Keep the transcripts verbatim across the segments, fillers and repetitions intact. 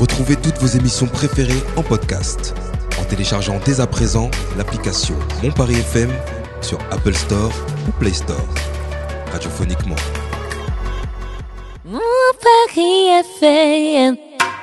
Retrouvez toutes vos émissions préférées en podcast en téléchargeant dès à présent l'application Mon Paris F M sur Apple Store ou Play Store. Radiophoniquement. Mon Paris F M.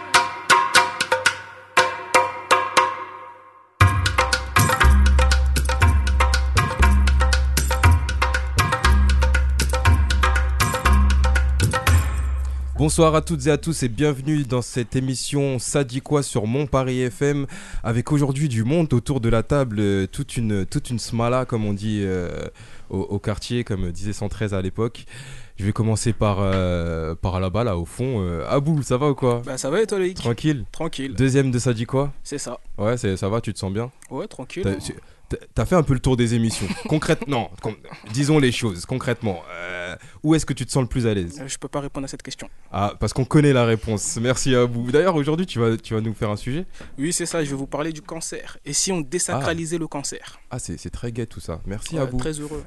Bonsoir à toutes et à tous et bienvenue dans cette émission Ça dit quoi sur Mon Paris F M, avec aujourd'hui du monde autour de la table, euh, toute une, toute une smala comme on dit euh, au, au quartier, comme disait cent treize à l'époque. Je vais commencer par, euh, par là-bas, là au fond. Euh, Abou, ça va ou quoi? Bah ça va et toi Loïc? Tranquille. Tranquille. Deuxième de Ça dit quoi? C'est ça. Ouais, c'est, ça va, tu te sens bien? Ouais, tranquille. T'as, tu, t'as fait un peu le tour des émissions. Concrètement, com- disons les choses, concrètement. Euh, où est-ce que tu te sens le plus à l'aise? Euh, je peux pas répondre à cette question. Ah, parce qu'on connaît la réponse. Merci Abou. D'ailleurs, aujourd'hui, tu vas, tu vas nous faire un sujet? Oui, c'est ça, je vais vous parler du cancer. Et si on désacralisait ah. le cancer? Ah, c'est, c'est très gai tout ça. Merci ouais, Abou. Très heureux.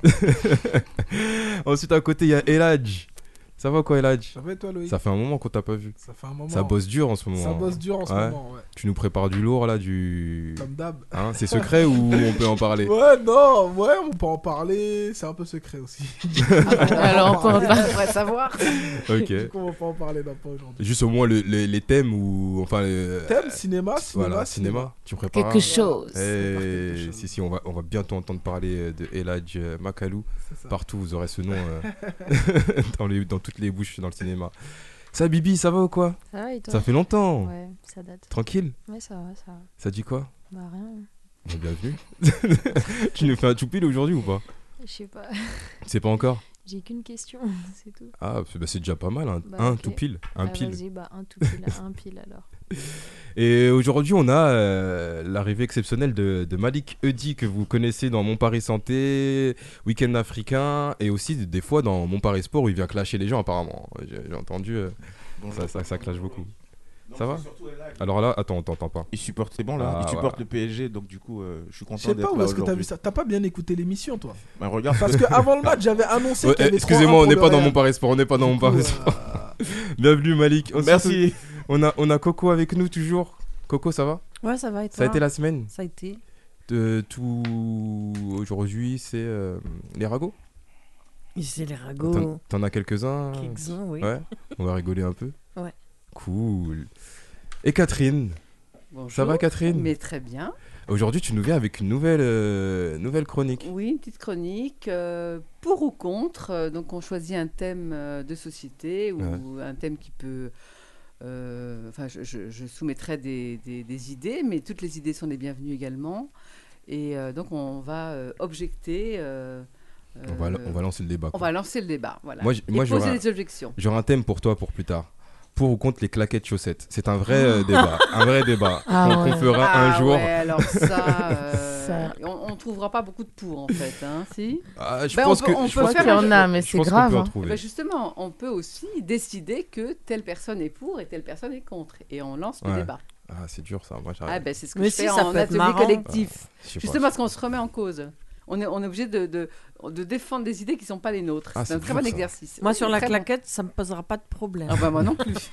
Ensuite, à côté, il y a Eladj. Ça va quoi, Eladj? Ça va et toi, Loïc? Ça fait un moment qu'on t'a pas vu. Ça fait un moment. Ça bosse dur en ce moment. Ça bosse dur en ce ouais. moment, ouais. Tu nous prépares du lourd là, du. Comme d'hab. Hein, c'est secret ou on peut en parler? Ouais, non, ouais, on peut en parler. C'est un peu secret aussi. Alors, on peut en parler, on devrait savoir. Ok. Du coup, on va pas en parler d'un pas aujourd'hui. Juste au moins le, le, les thèmes ou. Enfin, les... Thème, cinéma, cinéma. Voilà, cinéma. cinéma. Tu prépares quelque chose. Et... quelque chose. Si, si, on va, on va bientôt entendre parler de Eladj Makalou. Partout, vous aurez ce nom euh, dans, les, dans toutes les bouches dans le cinéma. Ça, Bibi, ça va ou quoi? Ça va et toi? Ça fait longtemps. Ouais, ça date. Tranquille? Ouais, ça va, ça va. Ça dit quoi? Bah, rien. Bah, bienvenue. Tu nous fais un toupil aujourd'hui ou pas? Je sais pas. C'est pas encore? J'ai qu'une question, c'est tout. Ah, c'est, bah, c'est déjà pas mal, hein. Bah, un okay. tout pile. Un ah, pile. Vas-y, bah, un tout pile, un pile alors. Et aujourd'hui, on a euh, l'arrivée exceptionnelle de, de Malik Eudi, que vous connaissez dans Mon Paris Santé, Week-end africain, et aussi des fois dans Mon Paris Sport où il vient clasher les gens apparemment. J'ai, j'ai entendu, euh, ça, ça, ça clash beaucoup. Non, ça va? Alors là, attends, on t'entend pas. Il supporte, c'est bon là, ah, il supporte ouais. le P S G, donc du coup, euh, je suis content d'être là. Je sais pas où est-ce que t'as vu ça. T'as pas bien écouté l'émission, toi? Bah regarde. Parce qu'avant le match, j'avais annoncé ouais, qu'il y avait excusez-moi, on n'est pas dans Mon Paris Sport, on n'est pas dans Mon Paris Sport. Bienvenue Malik. On Merci. On a, on a Coco avec nous toujours. Coco, ça va? Ouais, ça va et toi? Ça a été la semaine? Ça a été. De tout aujourd'hui, c'est euh, les ragots? C'est les ragots. T'en, t'en as quelques-uns? Quelques-uns, oui. Ouais. On va rigoler un peu. Ouais. Cool. Et Catherine? Bonjour. Ça va Catherine? Mais très bien. Aujourd'hui, tu nous viens avec une nouvelle, euh, nouvelle chronique. Oui, une petite chronique. Euh, pour ou contre. Euh, donc, on choisit un thème euh, de société ou ouais. un thème qui peut. Euh, enfin, je, je, je soumettrai des, des, des idées, mais toutes les idées sont les bienvenues également. Et euh, donc, on va euh, objecter. Euh, on, va, on va lancer le débat. On quoi. va lancer le débat, voilà. Moi, et moi, poser un, des objections. J'aurai un thème pour toi pour plus tard. Pour ou contre les claquettes chaussettes? C'est un vrai euh, débat, un vrai débat ah qu'on, ouais. qu'on fera ah un jour. Ouais, alors ça, euh, ça... on ne trouvera pas beaucoup de pour en fait, hein, si. Ah, je ben pense on peut, que on je peut pense faire qu'il y en a, mais c'est grave. Hein. Ben justement, on peut aussi décider que telle personne est pour et telle personne est contre, et on lance ouais. le débat. Ah, c'est dur ça. Moi, ah ben c'est ce que mais je si, fais en atelier collectif. Ah, justement pas, parce qu'on se remet en cause. On est, on est obligé de, de, de défendre des idées qui ne sont pas les nôtres. Ah, c'est, c'est un très bon ça. exercice. Moi, sur la claquette, bon. ça ne me posera pas de problème. Ah bah moi non plus.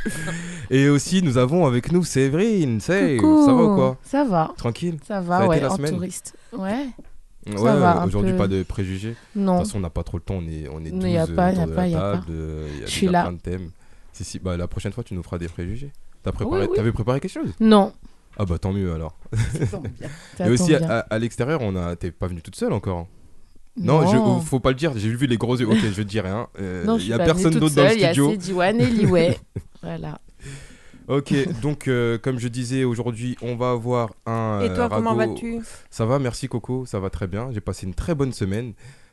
Et aussi, nous avons avec nous Séverine. C'est, Coucou. Ça va ou quoi? Ça va. Tranquille? Ça va, ça ouais, la en semaine touriste. Ouais. Ouais, ça va, aujourd'hui, peu... pas de préjugés. Non. De toute façon, on n'a pas trop le temps. On est, on est douze il y a pas, autour y a de pas, la y a table. pas. Il y a Je suis déjà là. plein de thèmes. Si, si, bah, la prochaine fois, tu nous feras des préjugés. T'as préparé, oui, oui. T'avais préparé quelque chose? Non. Ah bah tant mieux alors. Ça tombe bien. Et aussi, à, à l'extérieur, on a... t'es pas venue toute seule encore hein? Non, non. Je, faut pas le dire, j'ai vu les gros yeux. Ok, je dis rien. Euh, non, il y a personne d'autre dans le studio. Il y a Diwan et Liway. Voilà. Ok, donc euh, comme je disais, aujourd'hui, on va avoir un. Et toi, euh, comment vas-tu? Ça va, merci Coco, ça va très bien. J'ai passé une très bonne semaine.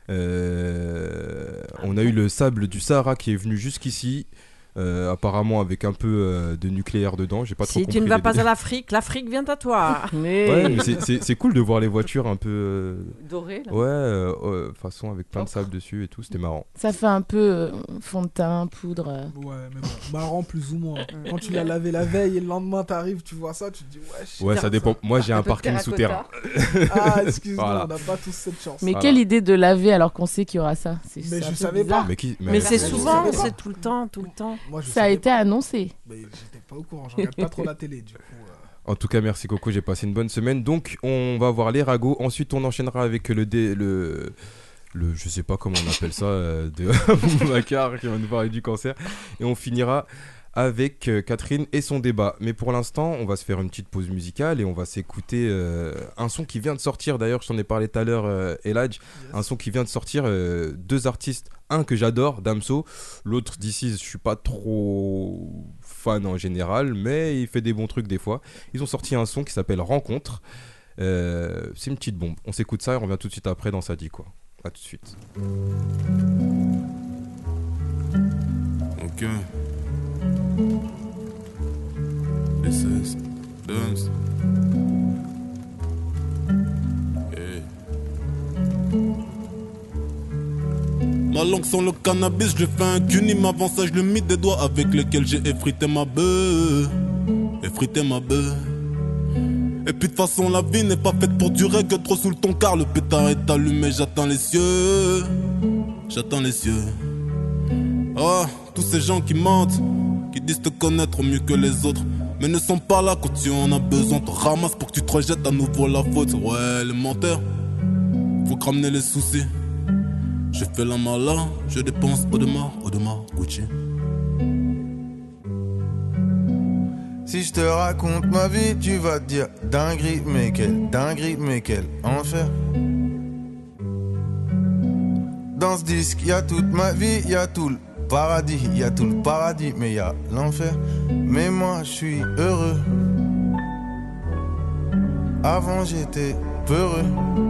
Euh, on a eu le sable du Sahara qui est venu jusqu'ici. Euh, apparemment avec un peu euh, de nucléaire dedans, j'ai pas trop si compris. Si tu ne vas les... pas à l'Afrique, l'Afrique vient à toi. Mais... Ouais, mais c'est, c'est, c'est cool de voir les voitures un peu euh... dorées là. Ouais, euh, euh, façon avec plein de sable dessus et tout, c'était marrant. Ça fait un peu euh, fond de teint, poudre. Ouais, mais bon, marrant plus ou moins. Quand tu l'as lavé la veille et le lendemain t'arrives, tu vois ça, tu te dis ouais. Ouais, ça dépend. Ça. Moi, j'ai un, un parking souterrain. Ah, excuse-moi, voilà. On n'a pas tous cette chance. Mais voilà. Quelle idée de laver alors qu'on sait qu'il y aura ça. C'est mais ça je savais pas. Mais, qui... mais, mais c'est souvent, c'est tout le temps, tout le temps. Moi, je Ça a savais été pas. annoncé. Mais j'étais pas au courant, je regarde pas trop la télé du coup. euh. En tout cas, merci Coco, j'ai passé une bonne semaine. Donc, on va voir les ragots. Ensuite, on enchaînera avec le dé, le, le je sais pas comment on appelle ça, euh, de Macar qui va nous parler du cancer. Et on finira avec euh, Catherine et son débat. Mais pour l'instant, on va se faire une petite pause musicale et on va s'écouter euh, un son qui vient de sortir. D'ailleurs, je t'en ai parlé tout à l'heure, euh, Eladj. Yes. Un son qui vient de sortir. Euh, deux artistes. Un que j'adore, Damso. L'autre, d'ici, je suis pas trop fan en général, mais il fait des bons trucs des fois. Ils ont sorti un son qui s'appelle Rencontre. Euh, c'est une petite bombe. On s'écoute ça et on revient tout de suite après dans Ça dit quoi. A tout de suite. Ok. S S Dance. Hey. Ma langue sans le cannabis, je fais un cuni, m'avant ça, je le mis des doigts avec lesquels j'ai effrité ma bœuf. Effrité ma bœuf. Et puis de toute façon la vie n'est pas faite pour durer que trop sous le ton car le pétard est allumé, j'attends les cieux. J'attends les cieux. Ah, tous ces gens qui mentent, qui disent te connaître mieux que les autres, mais ne sont pas là quand tu en as besoin. Te ramasse pour que tu te rejettes à nouveau la faute. Ouais, les menteurs, faut que ramener les soucis. Je fais la malin, je dépense Audemars, Audemars, Gucci. Si je te raconte ma vie, tu vas te dire dinguerie, mais quelle dinguerie, mais quel enfer. Dans ce disque, y a toute ma vie, y a tout le paradis, y a tout le paradis, mais y a l'enfer. Mais moi, je suis heureux. Avant, j'étais peureux.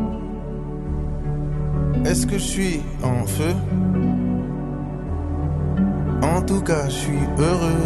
Est-ce que je suis en feu? En tout cas, je suis heureux.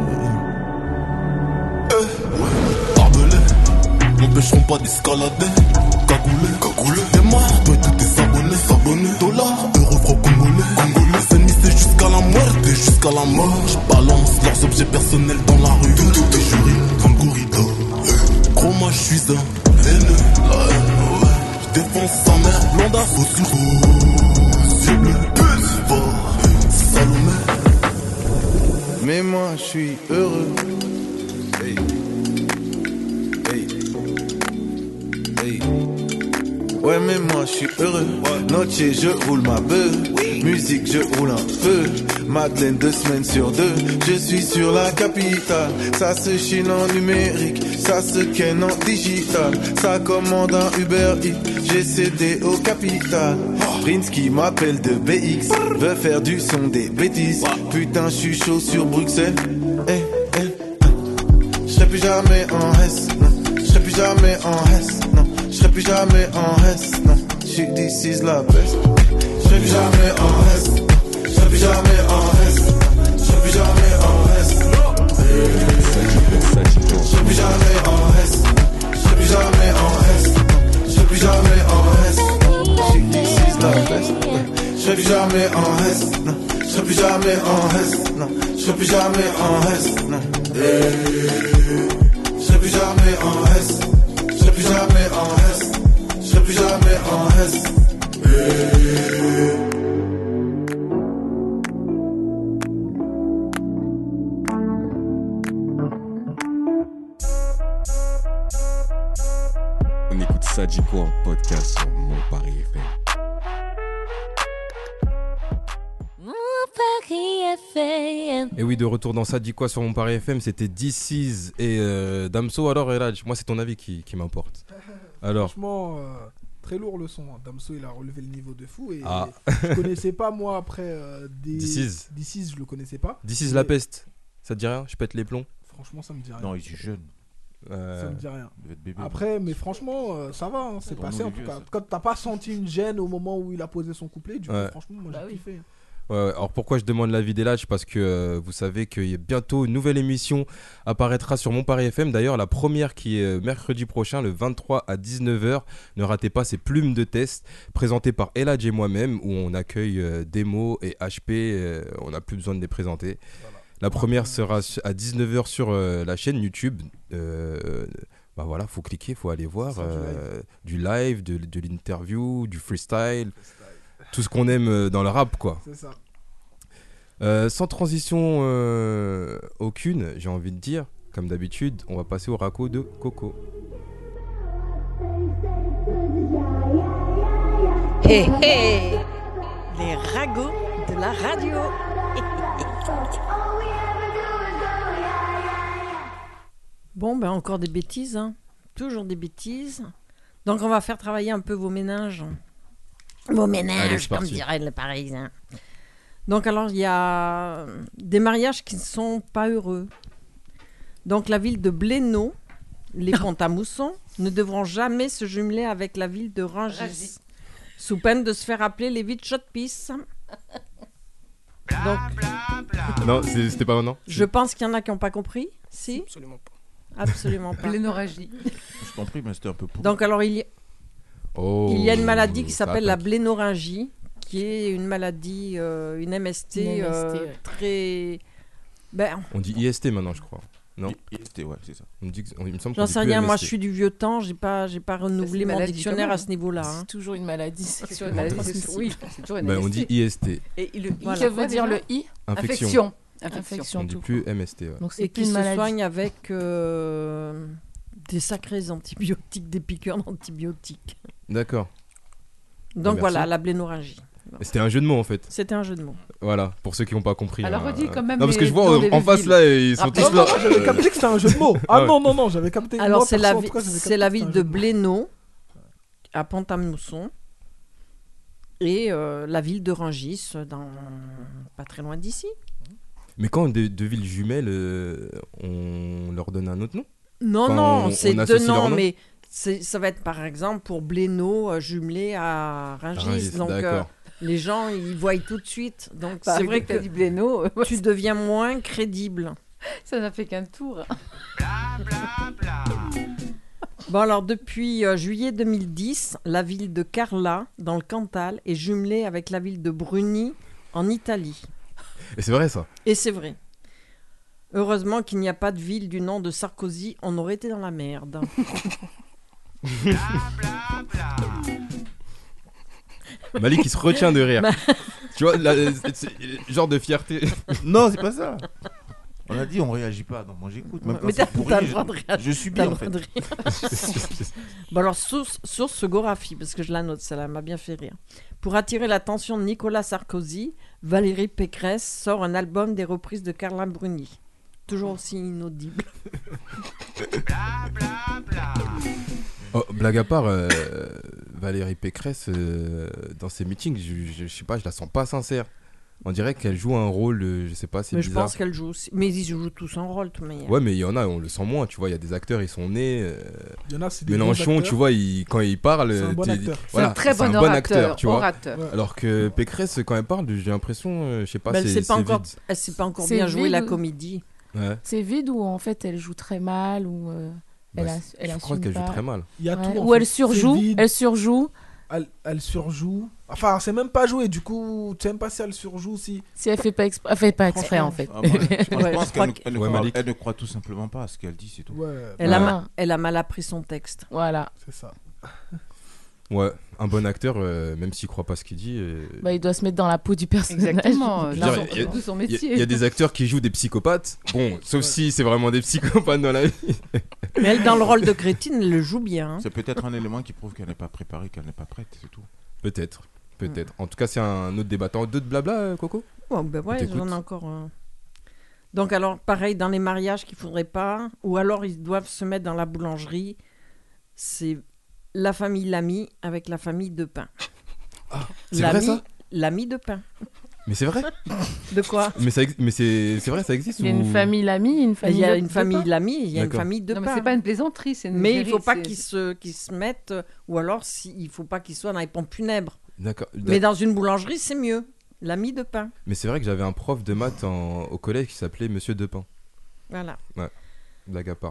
Barbelés m'empêcheront pas d'escalader. Cagoulé, cagoulé, t'es mort, toi et tous tes abonnés, s'abonner. Dollars, euros, francs congolais, congolais. Les ennemis c'est jusqu'à la mort, et jusqu'à la mort. Je balance leurs objets personnels dans la rue. Tout, tout est juré, comme Gorida. Gros, moi je suis un haineux, la haine, ouais. Je défonce sa mère, blonda, faux sur faux. Yeux bleus, pute, fort, Salomé. Mais moi, je suis heureux. Hey. Hey. Hey. Ouais, mais moi, je suis heureux. Noche, je roule ma beuh. Musique, je roule un peu. Madeleine, deux semaines sur deux. Je suis sur la capitale. Ça se chine en numérique. Ça se ken en digital. Ça commande un Uber Eats. J'ai cédé au capital. Prince qui m'appelle de B X. Veut faire du son des bêtises. Putain, je suis chaud sur Bruxelles. Eh, eh. Je serai plus jamais en S. Non. Je serai plus jamais en S. Non. Je serai plus jamais en S. Non. Je suis d'ici la peste. Je serai plus jamais en S. Je serai plus jamais en S. Je serai plus jamais en S. Je serai plus jamais en S. Je serai plus jamais en S. Je serai plus jamais en S. Je suis d'ici la peste. Je serai plus jamais en S. Non. Je serai plus jamais en S. Non. Je serai plus jamais en S. Non. Je serai plus jamais en S. Je serai plus jamais en S. Je serai plus jamais en S. On écoute Ça dit quoi en podcast sur Mon Paris F M. Et oui, de retour dans Ça dit quoi sur Mon Paris F M, c'était D six et euh, Damso. Alors, Eladj, moi c'est ton avis qui, qui m'importe. Alors, Franchement, euh, très lourd le son. hein. Damso, il a relevé le niveau de fou. Et Ah. je connaissais pas, moi, après euh, des... D six. D six, je le connaissais pas. D six Mais la peste, ça te dit rien? Je pète les plombs. Franchement, ça me dit rien. Non, il est jeune. Euh, Ça me dit rien. Il doit être bébé. Après, mais franchement, euh, ça va, hein, c'est Pour passé nous, en les tout vieux, cas. ça. Quand t'as pas senti une gêne au moment où il a posé son couplet, du coup, Ouais. franchement, moi Bah j'ai oui. kiffé. Ouais, ouais. Alors pourquoi je demande l'avis d'Eladj? Parce que euh, vous savez qu'il y a bientôt une nouvelle émission apparaîtra sur Mon Paris F M. D'ailleurs, la première qui est euh, mercredi prochain, le vingt-trois à dix-neuf heures. Ne ratez pas ces plumes de test présentées par Eladj et moi-même, où on accueille euh, Demo et H P. euh, on n'a plus besoin de les présenter. Voilà. La première sera su- à dix-neuf heures sur euh, la chaîne YouTube. Euh, bah voilà, faut cliquer, faut aller voir C'est du euh, du live, de, de l'interview, du freestyle, tout ce qu'on aime euh, dans le rap, quoi. C'est ça. Euh, sans transition euh, aucune, j'ai envie de dire, comme d'habitude, on va passer au raco de Coco. Hé hé, les ragots de la radio. Bon, ben encore des bêtises, hein. Toujours des bêtises. Donc on va faire travailler un peu vos méninges. Vos méninges, Allez, c'est comme parti. dirait le Parisien. Donc alors, il y a des mariages qui ne sont pas heureux. Donc la ville de Blénaud, les Pont-à-Mousson, ne devront jamais se jumeler avec la ville de Rungis, Rungis. sous peine de se faire appeler les vides chaudes pisse. Donc, Non, c'est- c'était pas maintenant. je pense qu'il y en a qui n'ont pas compris. Si, Absolument pas. absolument pas. Blénorragie. Je t'en prie, mais c'était un peu pour. Donc alors, il y, Oh, il y a une maladie qui ça s'appelle la attaque. blénorragie, qui est une maladie, euh, une M S T, Une M S T, euh, ouais. très... Ben, On dit I S T maintenant, je crois. Non, I S T, ouais, c'est ça. on me dit que- on- il me semble qu'on j'en dit sais plus rien, moi M S T. je suis du vieux temps, j'ai pas, j'ai pas renouvelé une mon maladie dictionnaire quand à même. ce niveau-là. hein. C'est toujours une maladie. C'est toujours sexuellement une maladie, transmissible. c'est- oui, c'est toujours une Bah, on M S T. dit I S T, Et le I, Voilà. ça Que veut dire déjà le I infection. Infection. Infection. Infection. On dit tout plus M S T. Ouais. Donc c'est Et plus qui une se maladie. soigne avec euh, des sacrés antibiotiques, des piqûres d'antibiotiques. D'accord. Donc merci. voilà, la blénorragie. C'était un jeu de mots en fait. C'était un jeu de mots. Voilà, pour ceux qui n'ont pas compris. Alors, hein. redis quand même Non, parce que les je vois noms en- des en face villes. là, ils sont Rappelle- tous Non, là. non, j'avais capté que c'était un jeu de mots. Ah Ah ouais. non, non, non, j'avais capté. Alors Moi, c'est perso, la, en vi- tout cas, j'avais c'est capté la que c'était ville un de jeu mots. Blénaud, à Pont-à-Mousson, et euh, la ville de Rungis, dans... pas très loin d'ici. Mais quand deux, deux villes jumelles, euh, on leur donne un autre nom. Non, Enfin, non, on- c'est on deux associe leur noms, nom. mais c'est- ça va être par exemple pour Blénaud euh, jumelé à Rungis. Rungis, donc euh, d'accord. les gens, ils voient tout de suite. Donc Bah, c'est vrai que t'as que dit Blénaud, euh, tu deviens moins crédible. ça n'a fait qu'un tour. Bon alors depuis euh, juillet deux mille dix, la ville de Carla, dans le Cantal, est jumelée avec la ville de Bruni, en Italie. Et c'est vrai ça. Et c'est vrai. Heureusement qu'il n'y a pas de ville du nom de Sarkozy, on aurait été dans la merde. Malik qui se retient de rire. Bah- Tu vois, là, c'est- c'est- genre de fierté. Non, c'est pas ça. On a dit on réagit pas, donc moi j'écoute. Même quand Mais c'est t'as pourri, t'as le je- droit de réagir. Je subis T'as le en droit fait. de rire. Bon alors, source, source Gorafi, parce que je la note, ça m'a bien fait rire. Pour attirer l'attention de Nicolas Sarkozy, Valérie Pécresse sort un album des reprises de Carla Bruni. Toujours aussi inaudible. Oh, blague à part, euh, Valérie Pécresse, euh, dans ses meetings, je, je, je sais pas, je la sens pas sincère. On dirait qu'elle joue un rôle, euh, je sais pas, c'est Mais je bizarre. pense qu'elle joue aussi. Mais ils jouent tous un rôle, de toute manière. Ouais, mais il y en a, on le sent moins, tu vois. Il y a des acteurs, ils sont nés. euh, Il y en a, c'est des bons Mélenchon, acteurs. tu vois, il, quand il parle, C'est un bon t'es- acteur. C'est voilà, un très c'est bon, un bon acteur, tu vois. orateur. Ouais. Alors que Pécresse, quand elle parle, j'ai l'impression, euh, je sais pas, Mais elle c'est sait pas c'est encore, vide. elle sait pas encore C'est bien jouer vide la ou- comédie. Ouais. C'est vide ou en fait elle joue très mal ou euh, elle Bah, a, c'est- elle je crois assume qu'elle joue pas. très mal. Il y a Ouais. tout. en Ou fait. elle surjoue, C'est vide, elle surjoue. Elle, elle surjoue. Enfin, c'est même pas joué. Du coup, tu sais même pas si elle surjoue. Si... Si elle fait pas exprès, elle fait pas exprès en fait. Ah, moi, je- moi, je Ouais, pense je crois qu'elle ne- elle ne Ouais, croit- Malik. elle ne croit tout simplement pas à ce qu'elle dit, c'est tout. Ouais, Elle, a Ouais. ma- elle a mal appris son texte. Voilà. c'est ça. Ouais, un bon acteur, euh, même s'il croit pas ce qu'il dit. euh, Bah, il doit se mettre dans la peau du personnage. Exactement. Je D'où veux son- dire, il y a- d'où son Il y, a- métier. il y a des acteurs qui jouent des psychopathes. Bon, sauf si c'est vraiment des psychopathes dans la vie. Mais elle, dans le rôle de crétine, elle le joue bien. hein. C'est peut-être un élément qui prouve qu'elle n'est pas préparée, qu'elle n'est pas prête, c'est tout. Peut-être, peut-être. En tout cas, c'est un autre débattant. D'autres blabla, euh, Coco Ouais, ben ouais, t'écoute. j'en ai encore un. Donc alors, pareil, dans les mariages qu'il faudrait pas, ou alors ils doivent se mettre dans la boulangerie, c'est la famille Lamy avec la famille de pain. c'est vrai, Lamy- ça L'ami de pain. Mais c'est vrai. De quoi Mais, ça ex- mais c'est c'est vrai, ça existe Il y a ou- une famille Lamy, une Il famille. y a de- une de famille pain. Lamy, il y a une D'accord. famille de Non, mais pain. c'est pas une plaisanterie, c'est une Mais il vérité, faut pas c'est- qu'ils se, qu'ils se mettent, euh, ou alors si, il faut pas qu'ils soient dans les pompes funèbres. D'accord. Mais dans une boulangerie, c'est mieux. L'ami de pain. Mais c'est vrai que j'avais un prof de maths en- au collège qui s'appelait Monsieur Depin. Voilà. Blague à part.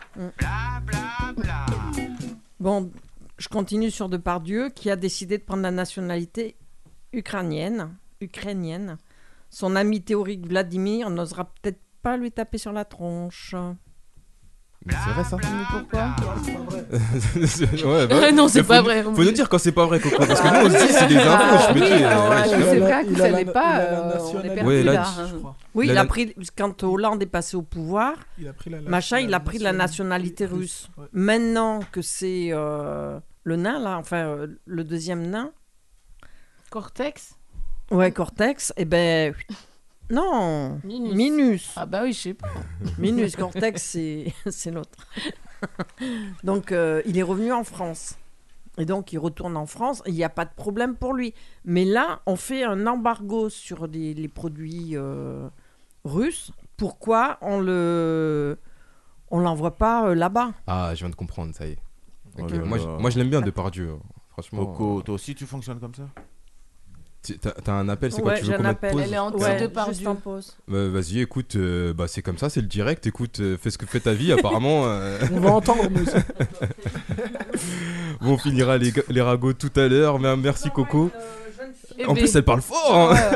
Bon, je continue sur Depardieu, qui a décidé de prendre la nationalité ukrainienne. ukrainienne. Son ami théorique Vladimir n'osera peut-être pas lui taper sur la tronche. Mais c'est vrai ça. Mais pourquoi? Ouais, bah, non, c'est faut pas nous- vrai. Faut nous dire quand c'est pas vrai, Coco. Parce que nous, on se dit, c'est des infos. Je me dis. Oui, euh, alors, ouais, euh, je sais je pas. sais Il a- pas, vous il a la- savez pas, il a la euh, on est nationalité. perdu Ouais, là, là. je hein. crois. Oui, Il il a a la- pris, quand Hollande est passé au pouvoir, Il a pris la, machin, il a pris la nationalité russe. Ouais. Maintenant que c'est euh, le nain, là, enfin, euh, le deuxième nain, Cortex? ouais, Cortex, eh ben, non, Minus. Minus. Ah bah oui, je sais pas. Minus, Cortex, c'est c'est l'autre. Donc, euh, il est revenu en France. Et donc, il retourne en France. Il n'y a pas de problème pour lui. Mais là, on fait un embargo sur les, les produits euh, russes. Pourquoi on le on l'envoie pas euh, là-bas? Ah, je viens de comprendre, ça y est. Ok, Oh là Moi, je, là. moi, je l'aime bien, Depardieu. Franchement. Coco, euh, toi aussi tu fonctionnes comme ça? tu- T'as t'as un appel, c'est quoi? Ouais, Tu j'ai veux qu'on un mette appel. pause? Elle est en Ouais, dessous de par juste Dieu. en pause. Bah, vas-y, écoute, euh, bah, c'est comme ça, c'est le direct. Écoute, euh, fais ce que fait ta vie, apparemment. euh, On va entendre, nous aussi. Bon, on finira les, ga- les ragots tout à l'heure. Mais merci, Coco. Eh En ben, plus, elle parle fort. hein.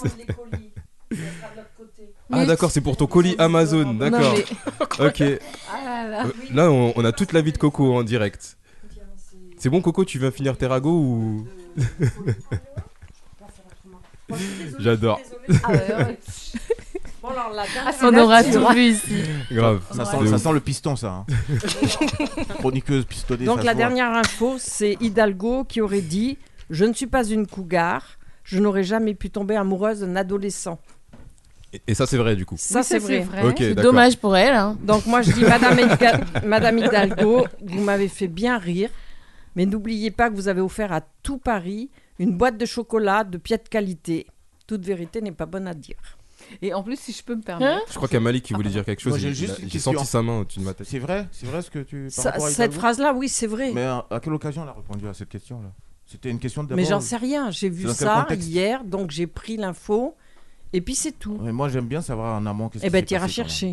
Ah, Mais- d'accord, c'est pour ton colis Amazon. Non, D'accord. mais- Ok. Euh, Ah là là. Là, on, on a toute la vie de Coco en direct. C'est bon, Coco, tu viens finir tes ragots ou. J'adore. Ah, ouais, ouais. Bon, alors, la dernière- Ah, c'est On aura nature. tout vu ici. Grave. Ça De sent, ouf. ça sent le piston, ça. hein. Chroniqueuse pistonnée. Donc ça la se voit. dernière info, c'est Hidalgo qui aurait dit « Je ne suis pas une cougar, je n'aurais jamais pu tomber amoureuse d'un adolescent. Et, et ça, c'est vrai, du coup. » Ça, Oui, c'est vrai. Ok, C'est d'accord. dommage pour elle. Hein. Donc moi, je dis Madame, Hidal- Madame Hidalgo, vous m'avez fait bien rire, mais n'oubliez pas que vous avez offert à tout Paris une boîte de chocolat de pied de qualité. Toute vérité n'est pas bonne à dire. Et en plus, si je peux me permettre, Je crois qu'il y a Malik qui voulait dire quelque chose. Moi, j'ai il- juste il a- une J'ai question. senti sa main au-dessus de ma tête. C'est vrai? C'est vrai ce que tu. par Ça- rapport à cette Hidalgo phrase-là, oui, c'est vrai. Mais à, à quelle occasion elle a répondu à cette question-là? C'était une question de Mais d'abord. j'en sais rien. J'ai vu dans quel ça contexte hier, donc j'ai pris l'info, et puis c'est tout. Mais moi, j'aime bien savoir en amont qu'est-ce Eh qui ben, s'est t'iras passé, quand chercher.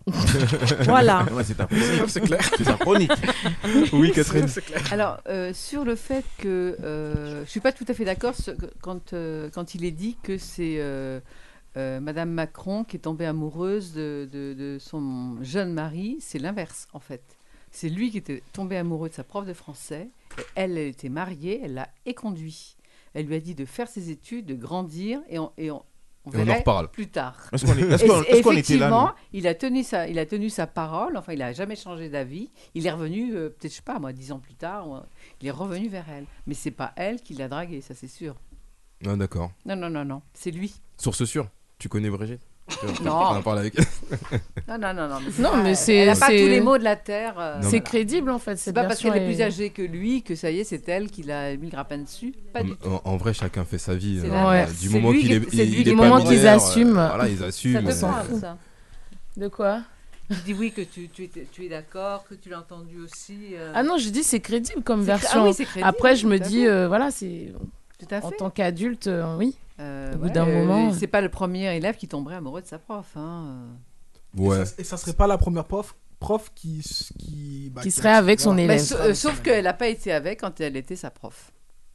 même. Voilà. Ouais, c'est ta chronique. C'est clair. C'est ta chronique. Oui, Catherine. C'est clair. alors euh, sur le fait que euh, je suis pas tout à fait d'accord ce- quand euh, quand il est dit que c'est euh, euh, Madame Macron qui est tombée amoureuse de, de, de son jeune mari, c'est l'inverse en fait. C'est lui qui était tombé amoureux de sa prof de français. Et elle, elle était mariée, elle l'a éconduit. Elle lui a dit de faire ses études, de grandir et on, et on, on Et on en verrait reparle. plus tard. Est-ce qu'on est- est-ce Et- qu'on- et est-ce qu'on était là, effectivement, nous il a tenu sa, il a tenu sa parole. Enfin, il a jamais changé d'avis. Il est revenu, euh, peut-être je sais pas, moi, dix ans plus tard, ou- il est revenu vers elle. Mais c'est pas elle qui l'a dragué, ça c'est sûr. Ah, d'accord. Non, non, non, non, c'est lui. Source sûre. Tu connais Brigitte? Non. On en parle avec elle. Non, non, non, non. c'est Non, pas- mais elle- c'est- Elle n'a pas c'est- tous les mots de la terre. euh, Non, C'est mais- crédible en fait. C'est cette pas parce version qu'elle est plus est- âgée que lui que ça y est, c'est elle qui l'a mis le grappin dessus. Pas du tout. En, en vrai, chacun fait sa vie. C'est euh, l'inverse. Du C'est moment lui qu'il qui- est, c'est il- lui il qui- est Du pas moment qu'ils mineur, euh, assument. Voilà, ils Ça assument. te euh, parle, ça. De quoi? Tu dis oui que tu, tu, es, tu es d'accord, que tu l'as entendu aussi. euh. Ah non, je dis c'est crédible comme C'est cré- version. ah oui, c'est crédible, Après, je me tout à dis, fait. euh, voilà, c'est Tout à en fait. tant qu'adulte, euh, oui. Euh, Au bout ouais, d'un euh, moment. C'est pas le premier élève qui tomberait amoureux de sa prof. Hein. euh. Ouais. Et, ça, et ça serait pas la première prof, prof qui. Qui, bah, Qui serait avec son voilà. élève. Mais sa- euh, sauf qu'elle n'a pas été avec quand elle était sa prof.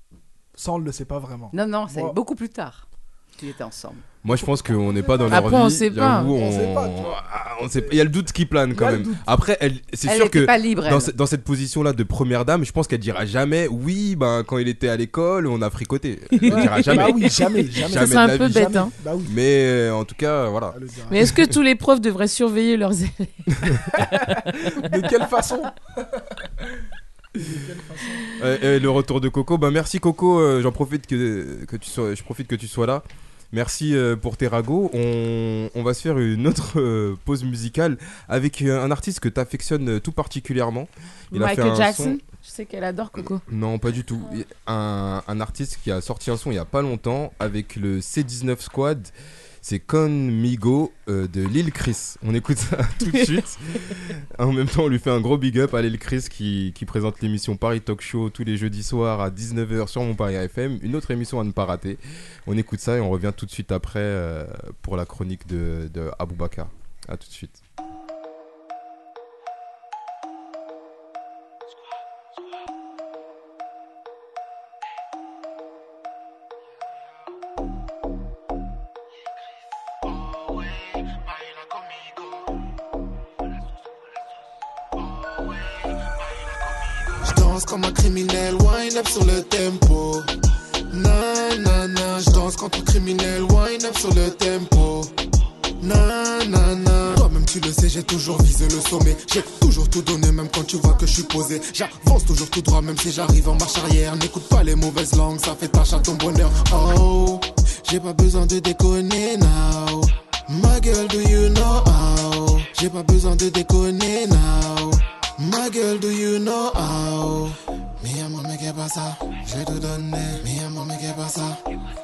Ça, on ne le sait pas vraiment. Non, non, c'est Moi- beaucoup plus tard qu'ils étaient ensemble. Moi, je pense qu'on n'est pas dans leur Après, vie. on sait pas. J'avoue, On on... sait pas, tu vois. Ah, on sait pas. Il y a le doute qui plane quand Il y a le même. doute. Après, elle... c'est Elle sûr n'était que pas libre, dans, elle. ce- dans cette position-là de première dame, je pense qu'elle dira jamais oui, ben, quand il était à l'école, on a fricoté. Elle dira jamais. Bah oui, jamais, jamais. Ça, c'est de un la peu vie, bête. Jamais. Hein. Bah oui. Mais euh, en tout cas, voilà. Elle le dira. Mais est-ce que tous les profs devraient surveiller leurs élèves? De quelle façon De quelle façon Euh, et le retour de Coco. Ben, merci Coco. euh, J'en profite que, que tu sois. Je profite que tu sois là. Merci euh, pour tes ragots. On, on va se faire une autre euh, pause musicale avec euh, un artiste que tu affectionnes tout particulièrement. Il a fait Michael un Jackson. son- Je sais qu'elle adore Coco. Non, pas du tout. Un, un artiste qui a sorti un son il y a pas longtemps avec le C dix-neuf Squad. C'est Conmigo euh, de Lil Chris. On écoute ça tout de suite. En même temps, on lui fait un gros big up à Lil Chris qui, qui présente l'émission Paris Talk Show tous les jeudis soirs à dix-neuf heures sur Mon Paris F M. Une autre émission à ne pas rater. On écoute ça et on revient tout de suite après euh, pour la chronique de, de Aboubacar. A tout de suite. danse comme un criminel, wind up sur le tempo. Na na na, je danse contre un criminel, wind up sur le tempo. Na na na, toi-même tu le sais, j'ai toujours visé le sommet. J'ai toujours tout donné, même quand tu vois que je suis posé. J'avance toujours tout droit, même si j'arrive en marche arrière. N'écoute pas les mauvaises langues, ça fait tâche à ton bonheur. Oh, j'ai pas besoin de déconner now. My girl, do you know how? J'ai pas besoin de déconner now. My girl, do you know how? Mi amor, mais qu'est pas ça? J'ai tout donné. Mi amor, mais qu'est pas ça?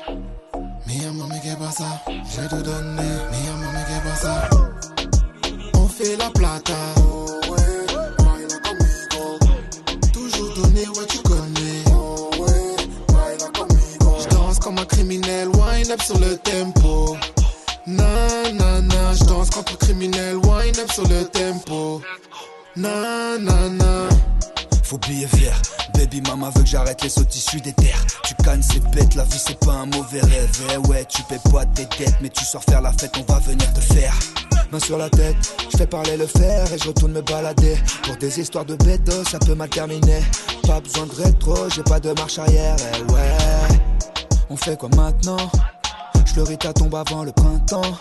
Mi amor, mais qu'est pas ça? J'ai tout donné. Mi amor, mais qu'est pas ça? On fait la plata. Oh ouais, baila conmigo. Toujours donné, ouais, tu connais. Oh ouais, baila conmigo. J'danse comme un criminel, wind up sur le tempo. Na na na, j'danse contre un criminel, wind up sur le tempo. Na na na. Faut oublier faire. Baby mama veut que j'arrête les sauts issus des terres. Tu cannes c'est bête, la vie c'est pas un mauvais rêve. Eh ouais, tu paies pas tes dettes, mais tu sors faire la fête, on va venir te faire. Main sur la tête, je fais parler le fer et je retourne me balader. Pour des histoires de bédos, ça peut mal terminer. Pas besoin de rétro, j'ai pas de marche arrière. Eh ouais, on fait quoi maintenant? Je fleuris ta tombe avant le printemps.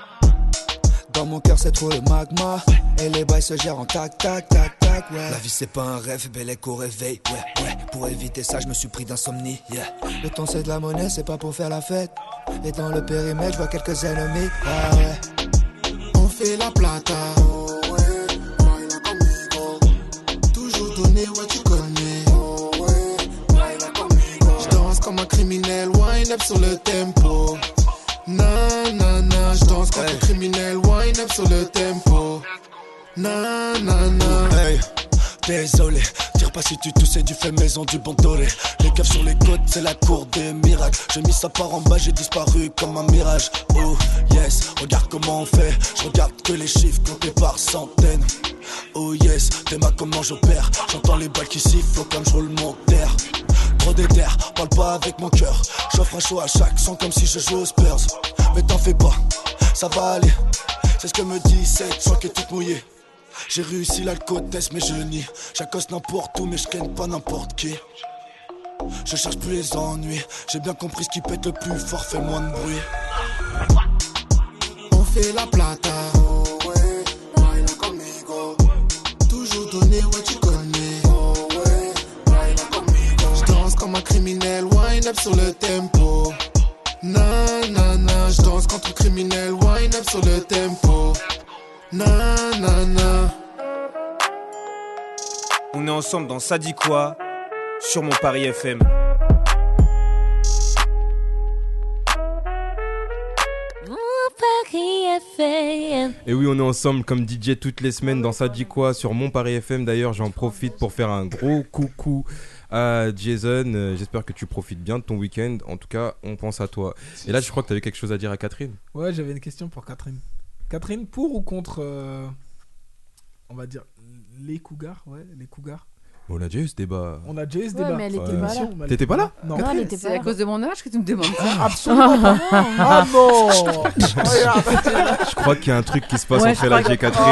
Dans mon cœur c'est trop le magma. Et les bails se gèrent en tac tac tac tac, ouais. La vie c'est pas un rêve, bel est qu'au réveil, ouais, ouais. Pour éviter ça je me suis pris d'insomnie, yeah. Le temps c'est de la monnaie, c'est pas pour faire la fête. Et dans le périmètre je vois quelques ennemis, ah ouais. On fait la plata, oh ouais, baila conmigo. Toujours donné, ouais tu connais, oh ouais, baila conmigo. J'danse comme un criminel, wind up sur le tempo. Na na na, j'danse comme hey. Un criminel, wind up sur le tempo. Na na na. Hey, désolé, tire pas si tu tousses, c'est du fait maison du bon doré. Les caves sur les côtes, c'est la cour des miracles. J'ai mis ça par en bas, j'ai disparu comme un mirage. Oh yes, regarde comment on fait. Je regarde que les chiffres comptés par centaines. Oh yes, t'es ma comment j'opère. J'entends les balles qui sifflent comme je roule mon terre. Trop déter, parle pas avec mon cœur. J'offre un show à chaque son comme si je joue aux Spurs. Mais t'en fais pas, ça va aller. C'est ce que me dit cette soie qui est toute mouillée. J'ai réussi l'alcotesse mais je nie. J'accoste n'importe où mais je ken pas n'importe qui. Je cherche plus les ennuis. J'ai bien compris ce qui pète le plus fort fait moins de bruit. On fait la plata, oh ouais, baila conmigo. Toujours donné, ouais tu connais, oh ouais, baila conmigo. J'danse comme un criminel, wind up sur le tempo. Na na na, j'danse contre un criminel, wind up sur le tempo. Na na na. On est ensemble dans Ça dit quoi sur mon Paris F M. Et oui, on est ensemble comme D J toutes les semaines dans Ça dit quoi sur mon Paris F M. D'ailleurs, j'en profite pour faire un gros coucou à Jason. Euh, j'espère que tu profites bien de ton week-end. En tout cas, on pense à toi. Et là, je crois que tu avais quelque chose à dire à Catherine. Ouais, j'avais une question pour Catherine. Catherine, pour ou contre, euh, on va dire, les cougars, ouais, les cougars. On a déjà eu ce débat. On a déjà eu ce ouais, débat. mais elle était ouais. pas là. Elle T'étais pas là? Non, non elle était c'est pas à là. cause de mon âge que tu me demandes ça. Ah, absolument pas. Ah non. Je crois qu'il y a un truc qui se passe Ouais, entre elle et que... Catherine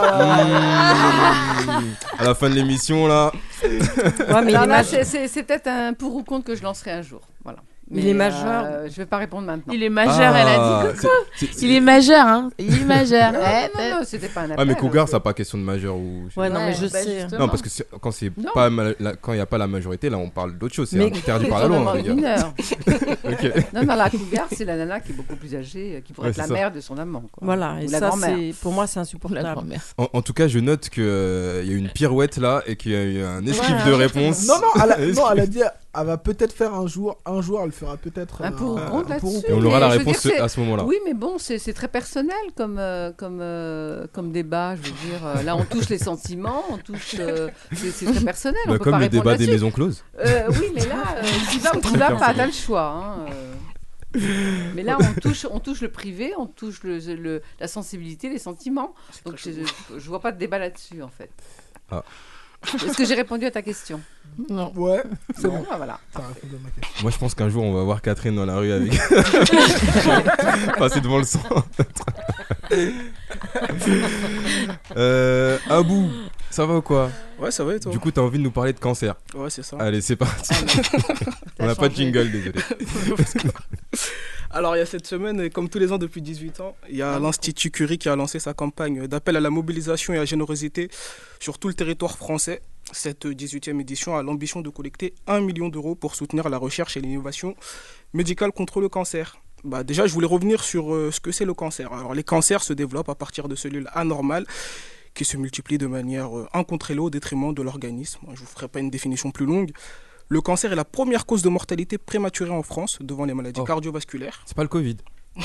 là. Mmh. À la fin de l'émission là. Ouais, mais non, il est là, maj... c'est, c'est, c'est peut-être un pour ou contre que je lancerai un jour. Voilà. Mais il est majeur. Euh, je vais pas répondre maintenant. Il est majeur, ah, elle a dit coucou. C'est, c'est, c'est... Il est majeur, hein. Il est majeur. non, non, non, non, c'était pas un appel. Ah mais cougar, ça pas question de majeur ou. Ouais, non, mais je bah, sais. Justement. Non, parce que c'est, quand c'est non. pas ma, la, quand il y a pas la majorité, là, on parle d'autre chose. C'est mais interdit par la loi. Hein, okay. Non, non, la cougar, c'est la nana qui est beaucoup plus âgée, qui pourrait ouais, être la ça. Mère de son amant. Quoi. Voilà. Et ou ça, la grand-mère. C'est pour moi, c'est insupportable. La grand-mère. En, en tout cas, je note que il euh, y a eu une pirouette là et qu'il y a eu un esquive ouais, de réponse. Non, non, elle a, non, elle a dit. Elle va peut-être faire un jour, un jour, elle fera peut-être un pour ou contre là-dessus. Et on aura la réponse à ce moment-là. Oui, mais bon, c'est, c'est très personnel comme euh, comme euh, comme débat. Je veux dire, euh, là, on touche les sentiments, on touche, euh, c'est, c'est très personnel. Bah, on peut comme pas le débat là-dessus. des maisons closes. Euh, oui, mais là, euh, tu vas ou tu vas pas, t'as le choix. Hein, euh. Mais là, on touche, on touche le privé, on touche le, le, la sensibilité, les sentiments. Donc, je, je vois pas de débat là-dessus, en fait. Ah. Est-ce que j'ai répondu à ta question? Non. Ouais, c'est bon. bon. Bah voilà. Ça répond à ma question. Moi, je pense qu'un jour, on va voir Catherine dans la rue avec. Passer devant le centre. euh, Abou, Ça va ou quoi? Ouais, ça va et toi? Du coup, t'as envie de nous parler de cancer. Ouais, c'est ça. Allez, c'est parti. Ah, On n'a pas de jingle, désolé. Alors, il y a cette semaine, comme tous les ans depuis dix-huit ans, il y a l'Institut Curie qui a lancé sa campagne d'appel à la mobilisation et à la générosité sur tout le territoire français. Cette dix-huitième édition a l'ambition de collecter un million d'euros pour soutenir la recherche et l'innovation médicale contre le cancer. Bah déjà, je voulais revenir sur euh, ce que c'est le cancer. Alors, les cancers se développent à partir de cellules anormales qui se multiplient de manière euh, incontrôlée au détriment de l'organisme. Je ne vous ferai pas une définition plus longue. Le cancer est la première cause de mortalité prématurée en France devant les maladies oh. cardiovasculaires. C'est pas le Covid.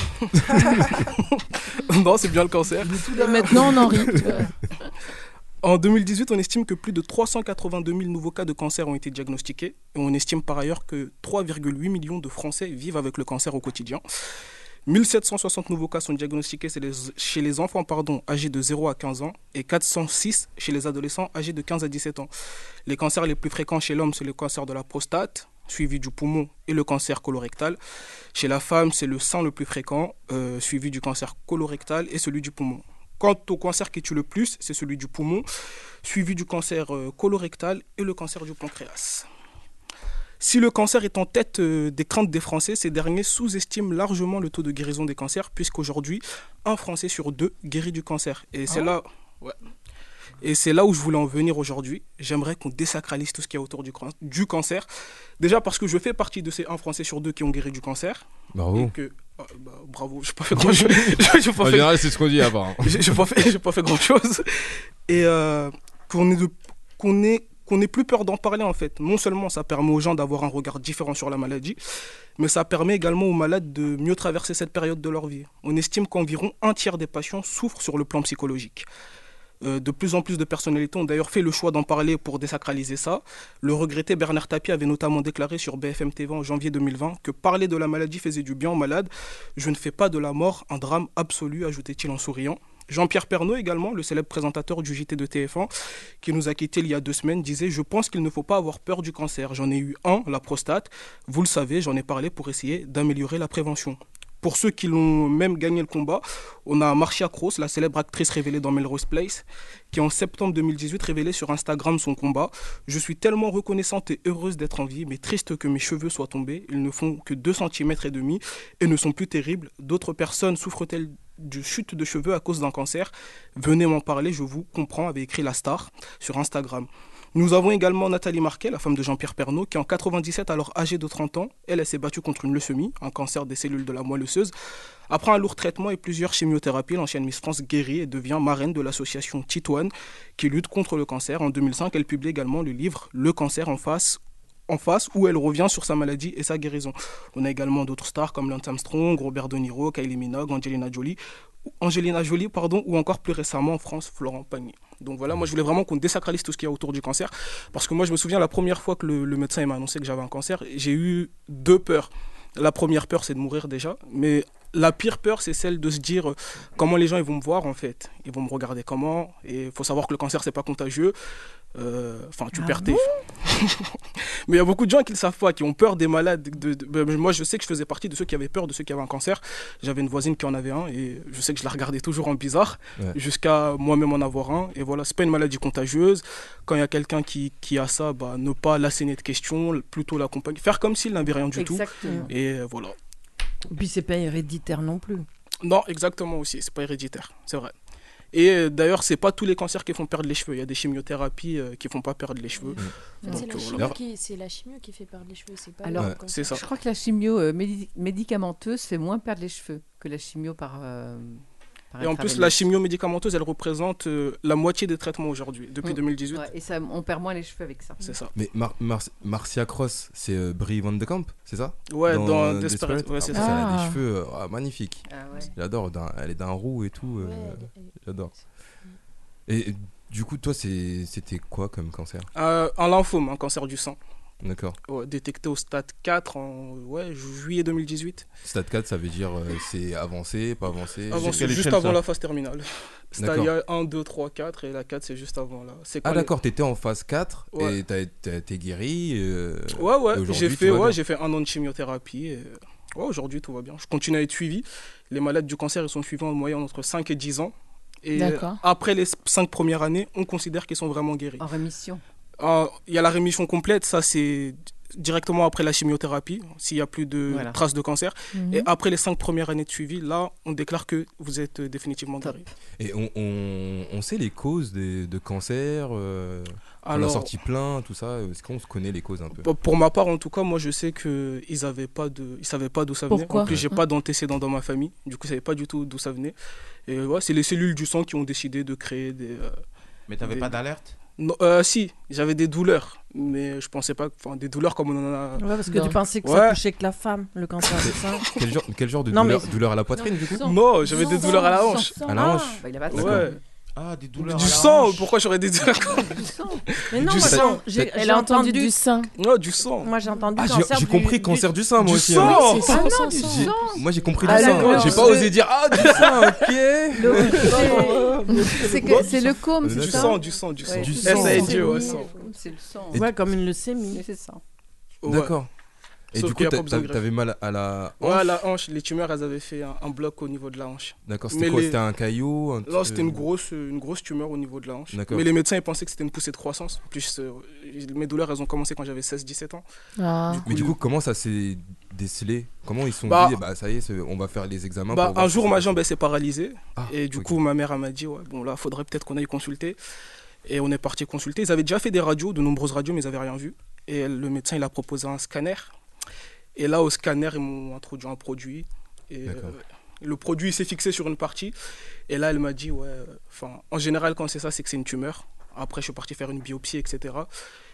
Non, c'est bien le cancer. Et maintenant, on en rit. En deux mille dix-huit, on estime que plus de trois cent quatre-vingt-deux mille nouveaux cas de cancer ont été diagnostiqués. Et on estime par ailleurs que trois virgule huit millions de Français vivent avec le cancer au quotidien. mille sept cent soixante nouveaux cas sont diagnostiqués chez les enfants pardon, âgés de zéro à quinze ans et quatre cent six chez les adolescents âgés de quinze à dix-sept ans. Les cancers les plus fréquents chez l'homme, c'est le cancer de la prostate, suivi du poumon et le cancer colorectal. Chez la femme, c'est le sein le plus fréquent, euh, suivi du cancer colorectal et celui du poumon. Quant au cancer qui tue le plus, c'est celui du poumon, suivi du cancer euh, colorectal et le cancer du pancréas. Si le cancer est en tête euh, des craintes des Français, ces derniers sous-estiment largement le taux de guérison des cancers, puisqu'aujourd'hui, un Français sur deux guérit du cancer. Et c'est, ah là, ouais. Et c'est là où je voulais en venir aujourd'hui. J'aimerais qu'on désacralise tout ce qu'il y a autour du, du cancer. Déjà parce que je fais partie de ces un Français sur deux qui ont guéri du cancer. Bravo. Et que, ah, bah, bravo, je n'ai pas fait grand-chose. En fait... général, c'est ce qu'on dit avant. Je n'ai pas, pas fait grand-chose. Et euh, qu'on ait de, qu'on ait qu'on n'ait plus peur d'en parler en fait. Non seulement ça permet aux gens d'avoir un regard différent sur la maladie, mais ça permet également aux malades de mieux traverser cette période de leur vie. On estime qu'environ un tiers des patients souffrent sur le plan psychologique. Euh, de plus en plus de personnalités ont d'ailleurs fait le choix d'en parler pour désacraliser ça. Le regretté Bernard Tapie avait notamment déclaré sur B F M T V en janvier deux mille vingt que parler de la maladie faisait du bien aux malades. Je ne fais pas de la mort un drame absolu, ajoutait-il en souriant. Jean-Pierre Pernaut également, le célèbre présentateur du J T de T F un, qui nous a quittés il y a deux semaines, disait « Je pense qu'il ne faut pas avoir peur du cancer. J'en ai eu un, la prostate. Vous le savez, j'en ai parlé pour essayer d'améliorer la prévention. » Pour ceux qui l'ont même gagné le combat, on a Marcia Cross, la célèbre actrice révélée dans Melrose Place, qui en septembre deux mille dix-huit révélait sur Instagram son combat. « Je suis tellement reconnaissante et heureuse d'être en vie, mais triste que mes cheveux soient tombés. Ils ne font que deux centimètres et demi et ne sont plus terribles. D'autres personnes souffrent-elles de chute de cheveux à cause d'un cancer? Venez m'en parler, je vous comprends », avait écrit la star sur Instagram. Nous avons également Nathalie Marquet, la femme de Jean-Pierre Pernaut, qui en quatre-vingt-dix-sept, alors âgée de trente ans, elle, elle s'est battue contre une leucémie, un cancer des cellules de la moelle osseuse. Après un lourd traitement et plusieurs chimiothérapies, l'ancienne Miss France guérit et devient marraine de l'association Titoine, qui lutte contre le cancer. En deux mille cinq, elle publie également le livre « Le cancer en face ». en face, où elle revient sur sa maladie et sa guérison. On a également d'autres stars comme Lance Armstrong, Robert De Niro, Kylie Minogue, Angelina Jolie, Angelina Jolie pardon, ou encore plus récemment en France, Florent Pagny. Donc voilà, moi je voulais vraiment qu'on désacralise tout ce qu'il y a autour du cancer, parce que moi je me souviens la première fois que le, le médecin m'a annoncé que j'avais un cancer, j'ai eu deux peurs. La première peur, c'est de mourir déjà, mais la pire peur, c'est celle de se dire comment les gens ils vont me voir en fait. Ils vont me regarder comment, et il faut savoir que le cancer, c'est pas contagieux. Enfin, euh, tu ah perds tes... Bon mais il y a beaucoup de gens qui ne le savent pas, qui ont peur des malades. De, de, de, moi, je sais que je faisais partie de ceux qui avaient peur de ceux qui avaient un cancer. J'avais une voisine qui en avait un, et je sais que je la regardais toujours en bizarre, ouais. jusqu'à moi-même en avoir un. Et voilà, c'est pas une maladie contagieuse. Quand il y a quelqu'un qui, qui a ça, bah, ne pas l'asséner de questions, plutôt l'accompagner. Faire comme s'il n'avait rien du exactement. tout. Et voilà. Et puis, c'est pas héréditaire non plus. Non, exactement aussi. C'est pas héréditaire, c'est vrai. Et euh, d'ailleurs, c'est pas tous les cancers qui font perdre les cheveux. Il y a des chimiothérapies euh, qui font pas perdre les cheveux. Mmh. Donc, c'est, la chimio qui, c'est la chimio qui fait perdre les cheveux, c'est pas. Alors, le c'est ça. Je crois que la chimio euh, médi- médicamenteuse fait moins perdre les cheveux que la chimio par. Euh, par et en plus, la chimio médicamenteuse, elle représente euh, la moitié des traitements aujourd'hui, depuis mmh. deux mille dix-huit. Ouais, et ça, on perd moins les cheveux avec ça. C'est ça. Mais Mar- Mar- Marcia Cross, c'est euh, Brie Van de Camp, c'est ça? Ouais, dans, dans euh, Desperate. Desperate. Ouais, c'est ah, ça. Elle a des cheveux euh, magnifiques. Ah, ouais. J'adore. D'un, elle est d'un roux et tout. Euh, ouais, elle... J'adore. Et du coup, toi, c'est, c'était quoi comme cancer? euh, Un lymphome, un cancer du sang. D'accord. Ouais, détecté au stade quatre en ouais, juillet deux mille dix-huit. Stade quatre, ça veut dire euh, c'est avancé, pas avancé? Avancé, juste avant ça la phase terminale. C'est-à-dire il y a un, deux, trois, quatre et la quatre c'est juste avant là. C'est ah les... d'accord, t'étais en phase quatre ouais. et t'as, t'as, t'es guéri euh, Ouais, ouais, j'ai fait, ouais j'ai fait un an de chimiothérapie. Et... Ouais, aujourd'hui tout va bien. Je continue à être suivi. Les malades du cancer ils sont suivis en moyenne entre cinq et dix ans. Et D'accord. après les cinq premières années, on considère qu'ils sont vraiment guéris. En rémission. Euh, Il y a la rémission complète, ça c'est directement après la chimiothérapie, s'il n'y a plus de Voilà. traces de cancer. Mhm. Et après les cinq premières années de suivi, là, on déclare que vous êtes euh, définitivement guéri. Et on, on, on sait les causes des, de cancer euh, On a Alors- sorti plein, tout ça. Est-ce qu'on se connaît les causes un peu? Pour ma part, en tout cas, moi je sais qu'ils ne pas de... savaient pas d'où ça venait. Pourquoi En plus, j'ai Ouais. pas d'antécédents dans ma famille. Du coup, je ne savais pas du tout d'où ça venait. Et ouais, c'est les cellules du sang qui ont décidé de créer des. euh, Mais t'avais des- pas d'alerte? Non, euh, si, j'avais des douleurs. Mais je pensais pas. Enfin, des douleurs comme on en a. Ouais, parce que tu pensais que Ouais. ça touchait que la femme, le cancer du sein. Quel genre, quel genre de Non, douleur, mais- douleur à la poitrine du coup? Non, j'avais des douleurs à la hanche. À la hanche. Bah, il a pas de D'accord. Ouais. Ah, des douleurs Du à la sang, hanche. pourquoi j'aurais des douleurs Du sang. Mais non, Du moi, sang. j'ai- j'ai Elle j'ai a entendu entendu du sein. Non, du sang. Moi, j'ai entendu Ah, j'ai- cancer j'ai du- compris du- cancer du sein, moi Du aussi. sang. hein. Oui, c'est Ah sang, non, sang, du sang. J'ai- Moi j'ai compris du Ah, sein. d'accord. J'ai pas osé dire ah du sein, ok. C'est que- c'est le côme, Du c'est Du ça sang, du sang, du sang. Ouais, Du tout sang. ça, S A c'est D, ouais, le- sang. C'est le sang. Et Ouais, comme une leucémie. Mais c'est ça. Ouais. D'accord. Et Sauf du qu'il y coup a pas besoin de t'a- greffe. t'avais mal à la hanche. Ouais, la hanche, les tumeurs, elles avaient fait un, un bloc au niveau de la hanche. D'accord, Mais c'était quoi? les- C'était un caillot un Non, petit- c'était une grosse, une grosse tumeur au niveau de la hanche. D'accord. Mais les médecins ils pensaient que c'était une poussée de croissance. En plus, euh, mes douleurs, elles ont commencé quand j'avais seize dix-sept ans. Ah. Mais du coup, comment ça s'est décelé? Comment ils se sont Bah- dit, bah ça y est, c'est- on va faire les examens Bah, pour voir un si jour, c'est- ma jambe, elle s'est paralysée. Ah, et du ok. coup, ma mère, elle m'a dit, ouais, bon, là, faudrait peut-être qu'on aille consulter. Et on est parti consulter. Ils avaient déjà fait des radios, de nombreuses radios, mais ils n'avaient rien vu. Et le médecin, il a proposé un scanner. Et là, au scanner, ils m'ont introduit un produit. Et euh, D'accord. le produit il s'est fixé sur une partie. Et là, elle m'a dit, ouais, enfin, en général, quand c'est ça, c'est que c'est une tumeur. Après, je suis parti faire une biopsie, et cetera.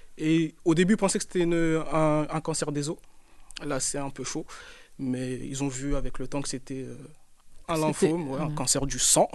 Et au début, ils pensaient que c'était une- un, un cancer des os. Là, c'est un peu chaud. Mais ils ont vu avec le temps que c'était euh, un C'était- lymphome, ouais, un ouais. cancer du sang.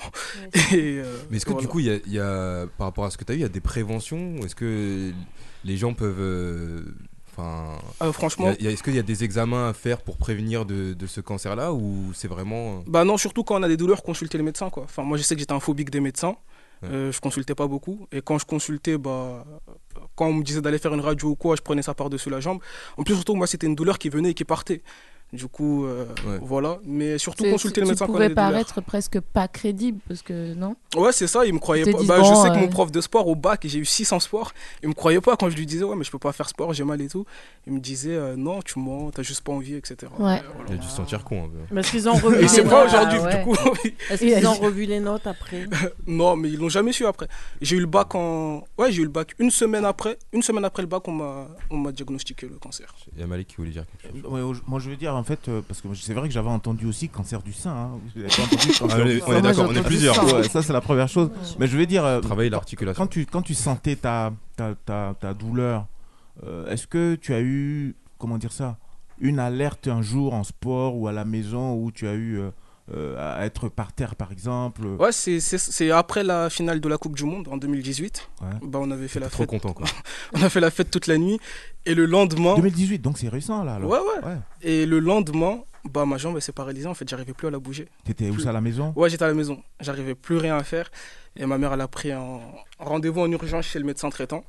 Et, euh, Mais est-ce que voilà. du coup, il y a, il y a- par rapport à ce que tu as eu, il y a des préventions? Est-ce que les gens peuvent. euh, Enfin. Euh, franchement- il y a- Est-ce qu'il y a des examens à faire pour prévenir de, de ce cancer-là ou c'est vraiment. Bah non, surtout quand on a des douleurs, consulter les médecins, quoi. Enfin, moi, je sais que j'étais un phobique des médecins. Ouais. Euh, je consultais pas beaucoup. Et quand je consultais, bah, quand on me disait d'aller faire une radio ou quoi, je prenais ça par-dessus la jambe. En plus, surtout, moi, c'était une douleur qui venait et qui partait. Du coup, euh, Ouais. voilà. Mais surtout, C'est- consulter tu- le médecin Tu quand on a pouvais des douleurs. paraître presque pas crédible parce que non. Ouais, c'est ça, il me croyait Ils te pas. disent, Bah, je bon, sais que euh, mon prof de sport au bac, j'ai eu six en sport, il me croyait pas quand je lui disais, ouais, mais je peux pas faire sport, j'ai mal et tout. Il me disait, euh, non, tu mens, t'as juste pas envie, et cetera. Ouais. Il a dû se sentir con un peu. Mais est-ce qu'ils ont revu Et les c'est notes pas aujourd'hui, Ah, ouais. du coup. Est-ce qu'ils ont revu les notes après? Non, mais ils l'ont jamais su après. J'ai eu le bac en. Ouais, j'ai eu le bac une semaine après. Une semaine après le bac, on m'a, on m'a diagnostiqué le cancer. Il y a Malik qui voulait dire quelque chose. Ouais, au- moi je veux dire en fait, euh, parce que c'est vrai que j'avais entendu aussi cancer du sein. Hein. Vous avez pas entendu cancer Ah, on est- du on sein est d'accord, on est plusieurs. Ouais, ça c'est la première chose. Mais je veux dire, euh, Travailler l'articulation. quand tu, quand tu sentais ta, ta, ta, ta douleur, euh, est-ce que tu as eu, comment dire ça, une alerte un jour en sport ou à la maison où tu as eu euh, euh, à être par terre par exemple? Ouais, c'est, c'est, c'est après la finale de la Coupe du Monde en deux mille dix-huit. Ouais. Bah, on avait fait la Trop fête. content quoi. On a fait la fête toute la nuit. Et le lendemain. deux mille dix-huit, donc c'est récent là. alors. Ouais, ouais, Et le lendemain, bah, ma jambe elle s'est paralysée. En fait, j'arrivais plus à la bouger. T'étais où Plus- ça, à la maison? Ouais, j'étais à la maison. J'arrivais plus rien à faire. Et ma mère, elle a pris un rendez-vous en urgence chez le médecin traitant.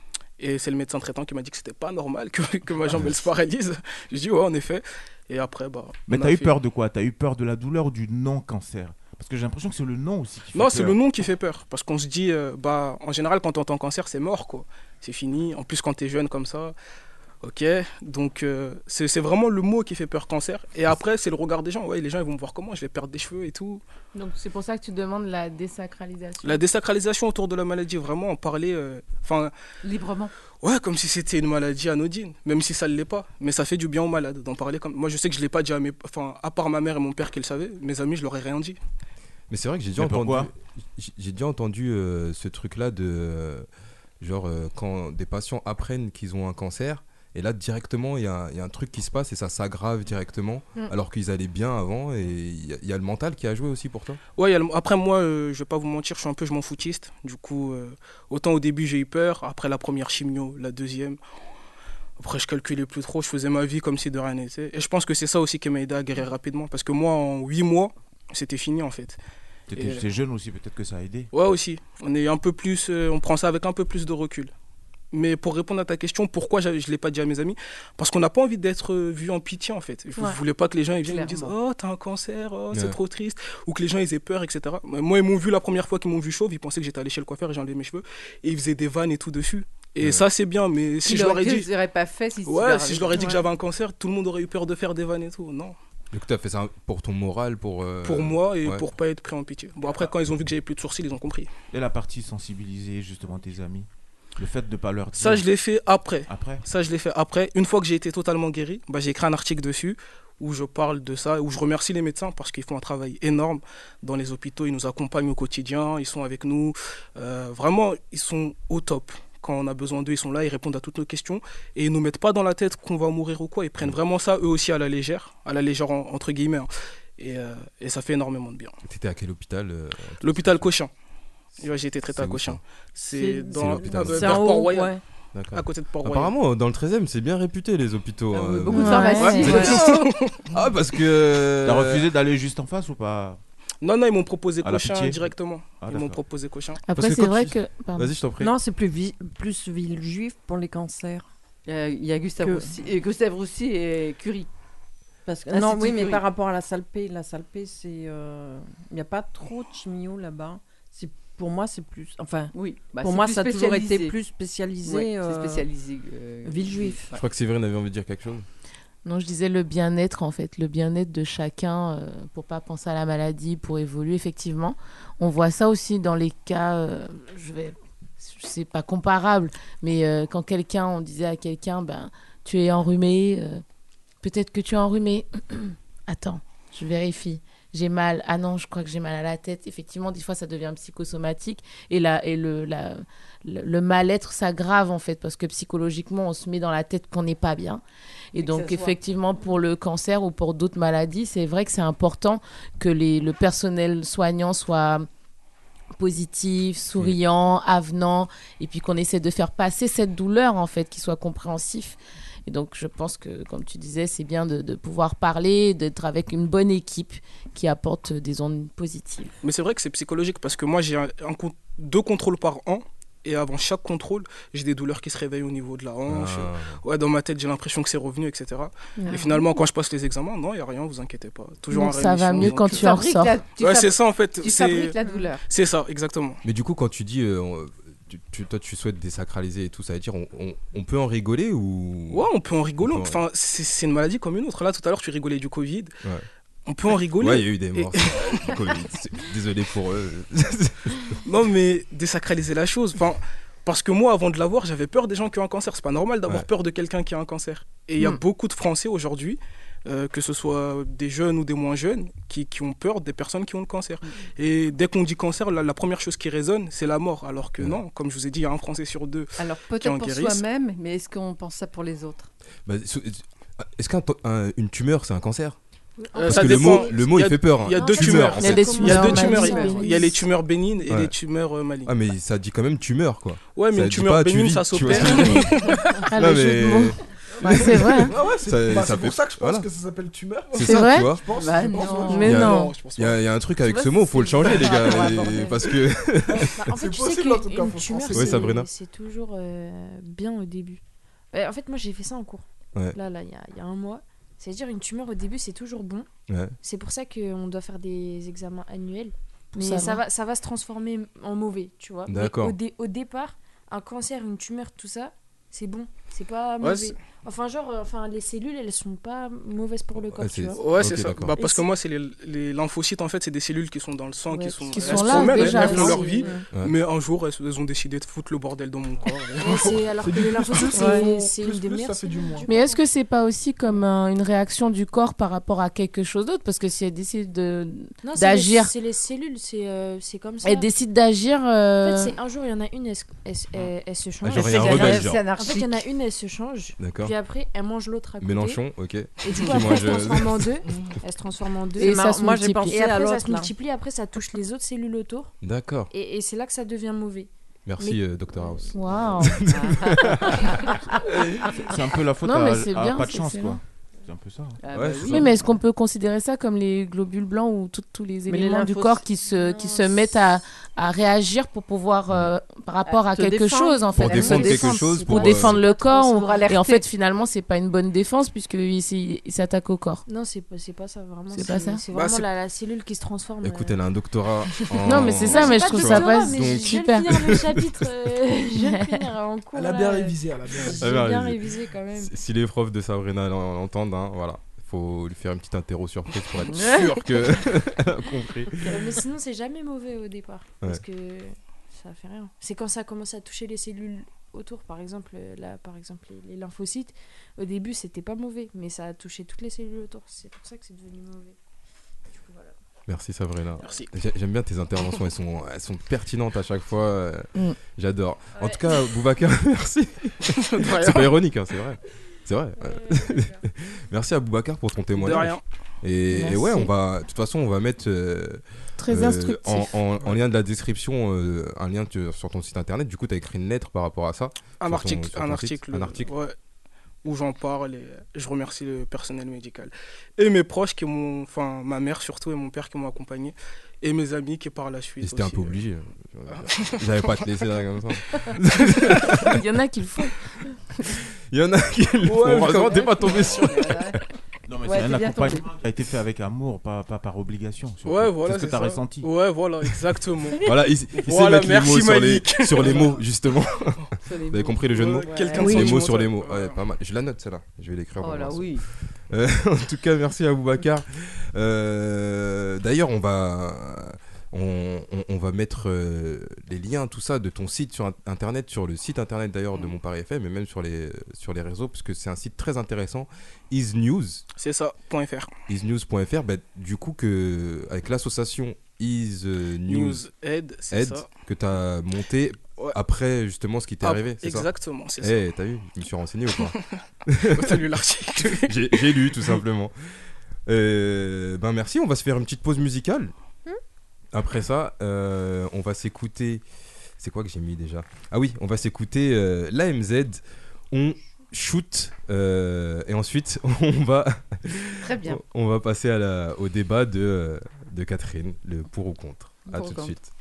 Et c'est le médecin traitant qui m'a dit que c'était pas normal que, que ma jambe elle se paralyse. J'ai dit ouais, en effet. Et après, bah. Mais on t'as a eu fait- peur de quoi? T'as eu peur de la douleur ou du non-cancer? Parce que j'ai l'impression que c'est le nom aussi qui fait Non, c'est peur. le nom qui fait peur. Parce qu'on se dit, euh, bah, en général, quand on entend cancer, c'est mort, quoi. C'est fini. En plus, quand t'es jeune comme ça, ok. Donc, euh, c'est c'est vraiment le mot qui fait peur, cancer. Et après, c'est le regard des gens. Ouais, les gens, ils vont me voir comment, je vais perdre des cheveux et tout. Donc c'est pour ça que tu demandes la désacralisation. La désacralisation autour de la maladie, vraiment, en parler. Enfin. Librement. Ouais, comme si c'était une maladie anodine, même si ça ne l'est pas. Mais ça fait du bien aux malades d'en parler. Comme... Moi, je sais que je ne l'ai pas dit à mes. Enfin, à part ma mère et mon père qui le savaient, mes amis, je leur ai rien dit. Mais c'est vrai que j'ai déjà Mais entendu, pourquoi j'ai j'ai déjà entendu euh, ce truc-là de euh, genre euh, quand des patients apprennent qu'ils ont un cancer et là directement il y, a il y a un truc qui se passe et ça s'aggrave directement Mm. alors qu'ils allaient bien avant et il y, a- il y a le mental qui a joué aussi pour toi. Ouais, il y a le- après moi, euh, je vais pas vous mentir, je suis un peu je m'en foutiste. Du coup, euh, autant au début j'ai eu peur, après la première chimio, la deuxième. Après, je calculais plus trop, je faisais ma vie comme si de rien n'était. Et je pense que c'est ça aussi qui m'a aidé à guérir rapidement. Parce que moi, en huit mois, c'était fini en fait. T'étais Et- j'étais jeune aussi, peut-être que ça a aidé. Ouais, aussi. On est un peu plus, euh, on prend ça avec un peu plus de recul. Mais pour répondre à ta question, pourquoi je ne l'ai pas dit à mes amis? Parce qu'on n'a pas envie d'être vu en pitié, en fait. Vous ne Ouais. voulez pas que les gens ils viennent et me disent « Oh, t'as un cancer, oh, c'est Ouais. trop triste », ou que les gens ils aient peur, et cetera. Moi, ils m'ont vu la première fois qu'ils m'ont vu chauve, ils pensaient que j'étais allé chez le coiffeur et j'ai enlevé mes cheveux, et ils faisaient des vannes et tout dessus. Et Ouais. ça, c'est bien, mais si Ils je leur ai auraient- dit... ils auraient pas fait si tu Ouais, leur si avais je leur ai dit dit. que j'avais un cancer, tout le monde aurait eu peur de faire des vannes et tout. Non. Du coup, t'as fait ça pour ton moral, pour. euh, Pour moi et ouais. pour pas être pris en pitié. Bon, après, quand ils ont vu que j'avais plus de sourcils, ils ont compris. Et la partie sensibiliser justement tes amis, le fait de pas leur dire. Ça, je l'ai fait après. Après. Ça, je l'ai fait après. Une fois que j'ai été totalement guéri, bah, j'ai écrit un article dessus où je parle de ça, où je remercie les médecins parce qu'ils font un travail énorme dans les hôpitaux. Ils nous accompagnent au quotidien, ils sont avec nous. Euh, vraiment, ils sont au top. Quand on a besoin d'eux, ils sont là, ils répondent à toutes nos questions et ils nous mettent pas dans la tête qu'on va mourir ou quoi. Ils prennent vraiment ça, eux aussi, à la légère, à la légère en- entre guillemets. hein. Et, euh, et ça fait énormément de bien. T'étais à quel hôpital euh, L'hôpital Cochin. Ouais, j'ai été traité C'est à où, Cochin. ça C'est C'est dans l'hôpital. euh, C'est vers en haut, Port-Royal. ouais. D'accord. À côté de Port-Royal. Apparemment, dans le treizième, c'est bien réputé les hôpitaux. Ah oui, euh, beaucoup de ouais. pharmacies. Ouais. Ouais. Ah, parce que. T'as refusé d'aller juste en face ou pas? Non, non, ils m'ont proposé À la Cochin Pitié. directement. Ah, ils m'ont d'accord. proposé Cochin. Après, Parce que c'est quand vrai tu- que. pardon. Vas-y, je t'en prie. Non, c'est plus, vi- plus Villejuif pour les cancers. Il y a, il y a Gustave Que- Roussy, et Gustave Roussy et Curie. Parce que, Ah, non, c'est oui, mais Curie. par rapport à la Salpé, la Salpé, c'est. euh, Il n'y a pas trop de chimio là-bas. C'est- Pour moi, c'est plus. Enfin, Oui, bah, pour c'est moi, plus ça a toujours été spécialisé. plus spécialisé. Ouais, euh, c'est spécialisé. euh, Villejuif. Je crois que Séverine avait envie de dire quelque chose. Non, je disais le bien-être, en fait, le bien-être de chacun euh, pour pas penser à la maladie, pour évoluer, effectivement. On voit ça aussi dans les cas, euh, je vais, c'est pas comparable, mais euh, quand quelqu'un, on disait à quelqu'un, ben, tu es enrhumé, euh, peut-être que tu es enrhumé. Attends, je vérifie. J'ai mal. Ah non, je crois que j'ai mal à la tête. Effectivement, des fois, ça devient psychosomatique. Et, la, et le, la, le, le mal-être s'aggrave, en fait, parce que psychologiquement, on se met dans la tête qu'on n'est pas bien. Et, que donc, ça soit- effectivement, pour le cancer ou pour d'autres maladies, c'est vrai que c'est important que les, le personnel soignant soit positif, souriant, avenant, et puis qu'on essaie de faire passer cette douleur, en fait, qu'il soit compréhensif. Et donc, je pense que, comme tu disais, c'est bien de, de pouvoir parler, d'être avec une bonne équipe qui apporte des ondes positives. Mais c'est vrai que c'est psychologique parce que moi, j'ai un, un con- deux contrôles par an. Et avant chaque contrôle, j'ai des douleurs qui se réveillent au niveau de la hanche. Ah. Ouais, dans ma tête, j'ai l'impression que c'est revenu, et cetera. Ouais. Et finalement, quand je passe les examens, non, il n'y a rien, vous inquiétez pas. Toujours Donc en ça va rémission, mieux donc, quand euh, tu en fabriques ressors. la- tu Ouais, fab- c'est ça en fait. Tu c'est- fabriques la douleur. C'est ça, exactement. Mais du coup, quand tu dis. euh, on- tu, tu- toi, tu souhaites désacraliser et tout, ça veut dire on, on, on peut en rigoler ou. Ouais, on peut en rigoler. On peut en- Enfin, c'est c'est une maladie comme une autre. Là, tout à l'heure, tu rigolais du Covid. Ouais. On peut en rigoler. Ouais, il y a eu des morts. Et- c'est- du Covid. C'est- Désolé pour eux. Non, mais désacraliser la chose. Enfin, parce que moi, avant de l'avoir, j'avais peur des gens qui ont un cancer. C'est pas normal d'avoir Ouais. peur de quelqu'un qui a un cancer. Et il y a Mm. beaucoup de Français aujourd'hui, euh, que ce soit des jeunes ou des moins jeunes, qui, qui ont peur des personnes qui ont le cancer. Et dès qu'on dit cancer, la, la première chose qui résonne, c'est la mort. Alors que Ouais. non, comme je vous ai dit, il y a un Français sur deux. Alors qui en peut-être pour guérissent. soi-même, mais est-ce qu'on pense ça pour les autres? Bah, so- est-ce qu'une tumeur, c'est un cancer? Euh, Parce ça que le dépend. mot, le mot Il y il a- fait peur. hein. Il y a Non, deux ça tumeurs. en Il y a fait. des Il y a deux tumeurs tumeurs. malignes. Il y a les tumeurs bénignes et Ouais. les tumeurs euh, malignes. Ah, mais ça dit quand même tumeur, quoi. Ouais, mais ça une dit tumeur pas bénigne, tu ça vis, tu vois s'opère. ce que je veux dire. Ah, Non, le jeu de mots. mais. Ouais, c'est vrai. Ah ouais, c'est Ça- bah, ça c'est pour fait- ça que je pense voilà. que ça s'appelle tumeur. C'est C'est ça, vrai tu vois. Je pense, Bah je pense, non. ouais. Mais Il y a- non. je pense Il pas. y, a- il y a un truc avec vois, ce mot, faut le c'est- changer, les gars. on va et- aborder. Parce que. Bah, en C'est fait, tu sais possible, en tout cas, qu'une faut tumeur, penser. Ouais, Sabrina. c'est c'est toujours euh, bien au début. Ouais, en fait, moi, j'ai fait ça en cours. Ouais. Là, là, il y a, il y a un mois. C'est-à-dire, une tumeur, au début, c'est toujours bon. Ouais. C'est pour ça qu'on doit faire des examens annuels. Pour Mais savoir. ça va, ça va se transformer en mauvais, tu vois. Mais D'accord. Au, dé- au départ, un cancer, une tumeur, tout ça, c'est bon. C'est pas Ouais, mauvais. c'est- Enfin, genre, euh, enfin, les cellules, elles sont pas mauvaises pour le corps, Ouais, tu c'est- vois. Ouais, c'est Ok, ça. d'accord. Bah, parce Et que c'est- moi, c'est les, les lymphocytes, en fait, c'est des cellules qui sont dans le sang, Ouais, qui sont, qui elles sont se là, promènent, elles- déjà, elles font non, leur c'est- vie. Ouais. Mais un jour, elles, elles ont décidé de foutre le bordel dans mon corps. Mais c'est- alors que les lymphocytes, c'est Ouais. c'est Plus, une des plus, meilleures ça fait du moins. cellules Mais est-ce que c'est pas aussi comme un- une réaction du corps par rapport à quelque chose d'autre? Parce que si elle décide de Non, c'est d'agir, les- c'est les cellules, c'est euh, c'est comme ça. elle décide d'agir. En euh, fait, c'est un jour, il y en a une, elle, se- elle, se- elle- elle se change. genre, il y a un C'est rebelle, anarchique, genre. c'est En fait, anarchique. il y en a une, elle se change. D'accord. Puis après, elle mange l'autre à côté. Mélenchon, ok. Et du coup, Qui après, elle se mange- transforme en deux. Elle se transforme en deux. Et Et, ça se moi, j'ai multiplie. pensé après, à ça l'autre, se là. multiplie. Après, ça touche les autres cellules autour. D'accord. Et, et c'est là que ça devient mauvais. Merci, Mais- euh, docteur House. Waouh. C'est un peu la faute Non, à, mais c'est à bien, pas de c'est chance, excellent. quoi. C'est un peu ça. Ah, Ouais, bah c'est oui. Oui, mais est-ce qu'on peut considérer ça comme les globules blancs ou tout- tous les Mais les éléments du lymphos- corps qui se, qui se Non, mettent à, à réagir pour pouvoir, euh, par rapport À à te quelque défendre. chose, en fait. Pour Elle défendre se quelque défend. chose, Pour pour, défendre euh, le corps. pour ou- alerter. Et en fait, finalement, c'est pas une bonne défense puisqu'il il, il s'attaque au corps. Non, c'est pas, c'est pas ça, vraiment. C'est pas ça C'est Bah, vraiment c'est- la, la cellule qui se transforme. Écoute, euh. elle a un doctorat. En... Non, mais c'est ça, Moi, mais j'ai je pas de trouve ça doctorat, passe mais donc je super. viens de finir le chapitre. euh, je viens de finir en cours. Elle a là, bien euh, révisé, elle a bien révisé. J'ai Elle a bien bien révisé. révisé quand même. Si si les profs de Sabrina l'en- l'entendent, hein, voilà. Faut lui faire une petite interro surprise pour être sûr qu'elle a compris. Euh, mais sinon, c'est jamais mauvais au départ. Ouais. Parce que ça fait rien. C'est quand ça commence à toucher les cellules autour. Par exemple, euh, là, par exemple, les, les lymphocytes. Au début, c'était pas mauvais. Mais ça a touché toutes les cellules autour. C'est pour ça que c'est devenu mauvais. Du coup, voilà. Merci Sabrina. Merci. J'ai- J'aime bien tes interventions, elles sont, elles sont pertinentes à chaque fois. euh, Mm. J'adore. En Ouais. tout cas, Boubacar, merci. C'est pas ironique, hein, c'est vrai. C'est vrai. Ouais, Merci à Boubacar pour ton témoignage. De rien. Et, et Merci. ouais, on va, de toute façon, on va mettre euh, Très euh, instructif. en, en- en lien de la description euh, un lien que- sur ton site internet. Du coup, tu as écrit une lettre par rapport à ça. Un sur ton- article, sur un ton article, site. Un article. ouais, où j'en parle et je remercie le personnel médical et mes proches qui m'ont, enfin ma mère surtout et mon père qui m'ont accompagné et mes amis qui par la suite. Et c'était un aussi, peu euh, obligé. J'avais pas à te laisser là comme ça. Il y en a qui le font. Il y en a qui le Ouais, font. Heureusement, mais- t'es pas tombé sur. Non, mais Ouais, c'est un t'es bien accompagnement qui a été fait avec amour, pas, pas par obligation. surtout. Ouais, voilà, C'est ce que c'est tu as ça. ressenti. Ouais, voilà, exactement. Voilà, il, il sait Voilà, mettre les merci, mots sur les, Malik. sur les mots, justement. Sur les Vous avez mots. compris le jeu de mots Ouais, quelqu'un de Les mots sentimental. sur les mots. Ouais, pas mal. Je la note, celle-là. Je vais l'écrire. Oh dans là mon oui. Euh, en tout cas, merci à Boubacar. Euh, D'ailleurs, on va, on, on- on va mettre euh, les liens, tout ça, de ton site sur in- internet, sur le site internet d'ailleurs de Mon Paris F M, et même sur les, sur les réseaux, parce que c'est un site très intéressant. isnews, C'est ça. Point .fr. isnews point f r. Bah, du coup, que, avec l'association Is euh, News News Aid, c'est Aid, ça. que tu as monté Ouais. après justement ce qui t'est Ah, arrivé, c'est ça? exactement, c'est Eh, t'as vu, je me suis renseigné ou pas? ça. T'as lu l'article. J'ai j'ai lu tout simplement. Euh, ben merci, on va se faire une petite pause musicale. Après ça, euh, on va s'écouter. C'est quoi que j'ai mis déjà? Ah oui, on va s'écouter euh, l'A M Z. On shoot euh, et ensuite on va. Très bien. On va passer à la, au débat de, euh, de Catherine, le pour ou contre. À Pour ou tout de contre. suite.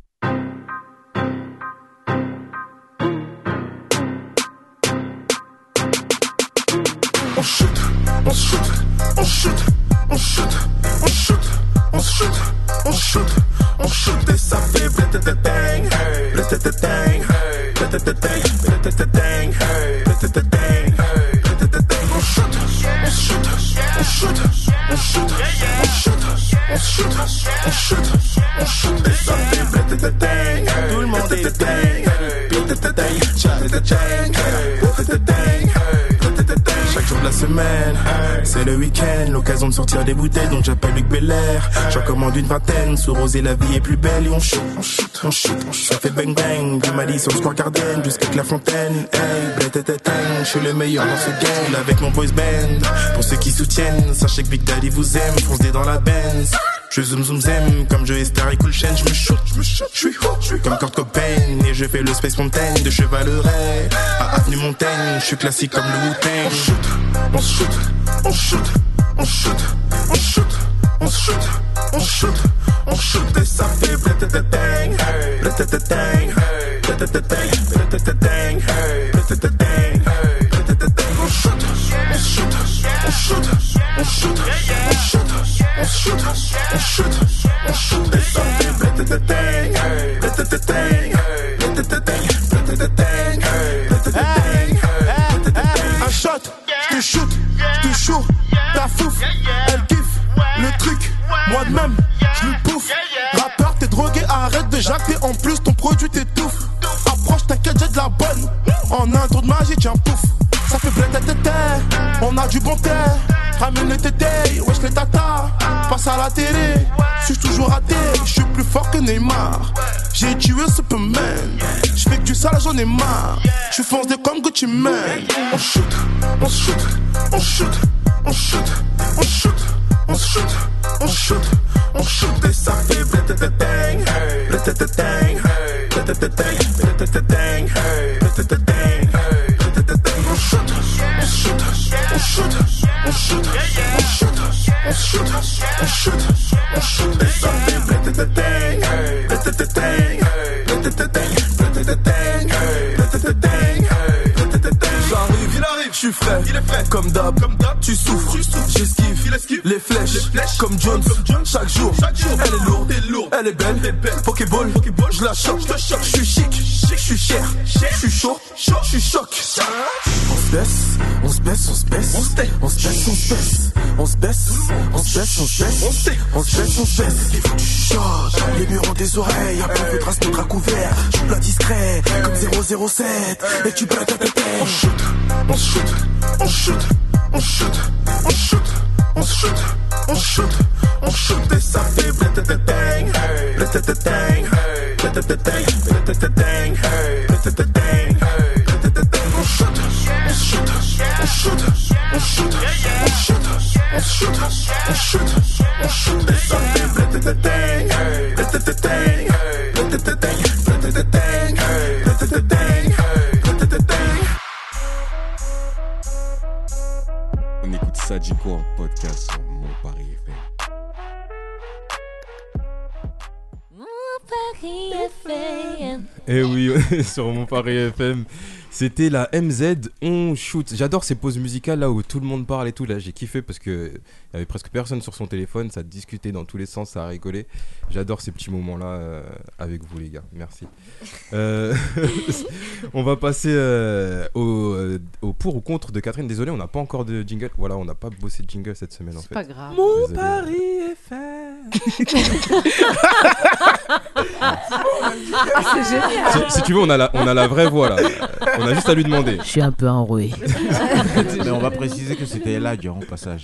On shoot, on shoot, on shoot, on shoot, on shoot, on shoot, on shoot, on shoot et ça fait blétététang, blétététang, blétététang, blétététang, blétététang, blétététang. On shoot, on shoot, on shoot, on shoot, on shoot, on shoot, on shoot, on shoot et ça fait blétététang. Tout le monde est dang, blétététang, blétététang, blétététang. Chaque jour de la semaine, c'est le week-end, l'occasion de sortir des bouteilles, donc j'appelle Luc Belair. J'en commande une vingtaine, sous rosé la vie est plus belle et on shoot, on shoot, on shoot, on shoot. Ça fait bang bang, du Mali sur le square Garden jusqu'à la fontaine. Hey, blétététang, je suis le meilleur dans ce game, avec mon boys band. Pour ceux qui soutiennent, sachez que Big Daddy vous aime, fonce-des dans la Benz. Je zoom zoom zem, comme je Star et Cool Chain, je me shoot, je me shoot, je suis hot, je suis comme Kurt Cobain, et je fais le Space Mountain de Chevaleret à Avenue Montaigne, je suis classique comme le Wu-Tang. On shoot, on shoot, on shoot, on shoot, on shoot, on shoot, on shoot, et ça fait blétététang, blétététang, blétététang, blétététang, blétététang, blétététang. On shoot, on shoot, on shoot, on shoot, on shoot, on shoot, on shoot, on shoot, et ça fait blétététang, blétététang, blétététang, blétététang, blétététang. Un shot, j'te shoot, j'te chaud, ta fouf, elle kiffe le truc, moi de même, j'le bouffe. Rappeur, t'es drogué, arrête de jacter, en plus ton produit t'étouffe. Approche, t'inquiète, j'ai de la bonne, en un tour de magie, tiens pouf. Ça fait blététété, on a du bon thé, ramène le tété, wesh les tata, passe à la télé, suis-je toujours raté, je suis plus fort que Neymar, j'ai tué Superman, je fais que du sale, j'en ai marre, je fonce des comme Gucci Mane. On shoot, on shoot, on shoot, on shoot, on shoot, on shoot, on shoot, on shoot, et ça fait blétététang, blétététang, blétététang, blétététang, blétététang. On shoot, on shoot, on shoot, on shoot, on shoot, on shoot, on shoot, on shoot, et ça fait blétététang, blétététang, frais, il est frais. Comme d'hab, comme d'hab, tu souffres, tu souffres. J'esquive, il esquive. Les flèches, les flèches. Comme Jones, comme Jones. Chaque jour, chaque jour. Elle est lourde, elle est lourde. Elle est belle, elle est belle. Pokéball, Pokéball. Je la choque, je la choque. Je suis chic, chic. Je suis cher, cher. Je suis chaud, chaud. Je suis choc. On se baisse, on se baisse, on se baisse. On se baisse, on se baisse, on se baisse. On se baisse, on se baisse, on se baisse. On se baisse, on se baisse. Il faut que tu chuchotes. Les murs ont des oreilles. Après, on faudra se mettre à couvert. Je suis plat discret, comme zéro zéro sept. Et tu peux ta tête. On shoot, on shoot, on shoot, on shoot, on shoot, on shoot, on shoot, on shoot. Et ça fait blétététang, blétététang, blétététang, blétététang, blétététang. On shoot, on shoot, on shoot, on shoot, on shoot, on shoot, on shoot, on shoot. Et ça fait blétététang, blétététang, blétététang, blétététang, blétététang. On écoute ça dit quoi en podcast sur Mon Paris F M. Mon Paris F M. Eh oui, sur Mon Paris F M. C'était la M Z, on shoot. J'adore ces pauses musicales là où tout le monde parle et tout. Là, j'ai kiffé parce que il y avait presque personne sur son téléphone. Ça discutait dans tous les sens, ça a rigolé. J'adore ces petits moments là euh, avec vous, les gars. Merci. Euh, on va passer euh, au, euh, au pour ou contre de Catherine. Désolé, on n'a pas encore de jingle. Voilà, on n'a pas bossé de jingle cette semaine en fait. C'est pas grave. Mon Désolé. Paris F M. C'est génial. Si, si tu veux, on a la, on a la vraie voix là. On a juste à lui demander. Je suis un peu enroué. Mais on va préciser que c'était Elag au passage.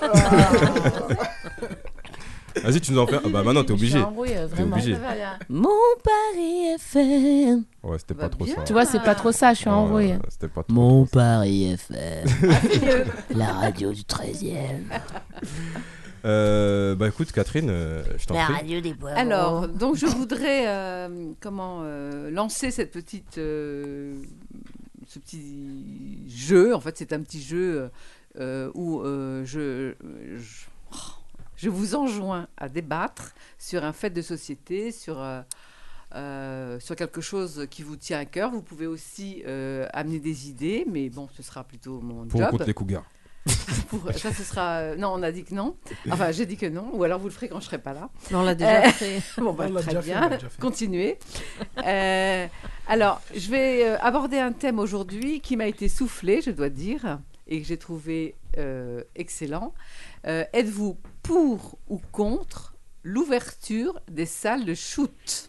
Vas-y, tu nous en fais. Ah bah maintenant, t'es obligé. Je suis enroué, euh, T'es vraiment. obligé. Mon Paris F M. Ouais, c'était pas trop ça. Tu vois, c'est pas trop ça, je suis Ouais, enroué. C'était pas trop. Mon Paris F M. La radio du treizième. Euh, bah écoute, Catherine, euh, je t'en La prie. radio des poivrons. Alors, donc je voudrais euh, comment euh, lancer cette petite, euh, ce petit jeu. En fait, c'est un petit jeu euh, où euh, je, je, je vous enjoins à débattre sur un fait de société, sur euh, euh, sur quelque chose qui vous tient à cœur. Vous pouvez aussi euh, amener des idées, mais bon, ce sera plutôt mon Pour ou job. contre les cougars. Pour, ça, ce sera. Non, on a dit que non. Enfin, j'ai dit que non. Ou alors vous le ferez quand je serai pas là. Non, on l'a déjà Euh, fait. Bon, bah, On l'a très déjà fait, bien. on l'a déjà fait. Continuez. Euh, alors, je vais euh, aborder un thème aujourd'hui qui m'a été soufflé, je dois dire, et que j'ai trouvé euh, excellent. Euh, êtes-vous pour ou contre l'ouverture des salles de shoot?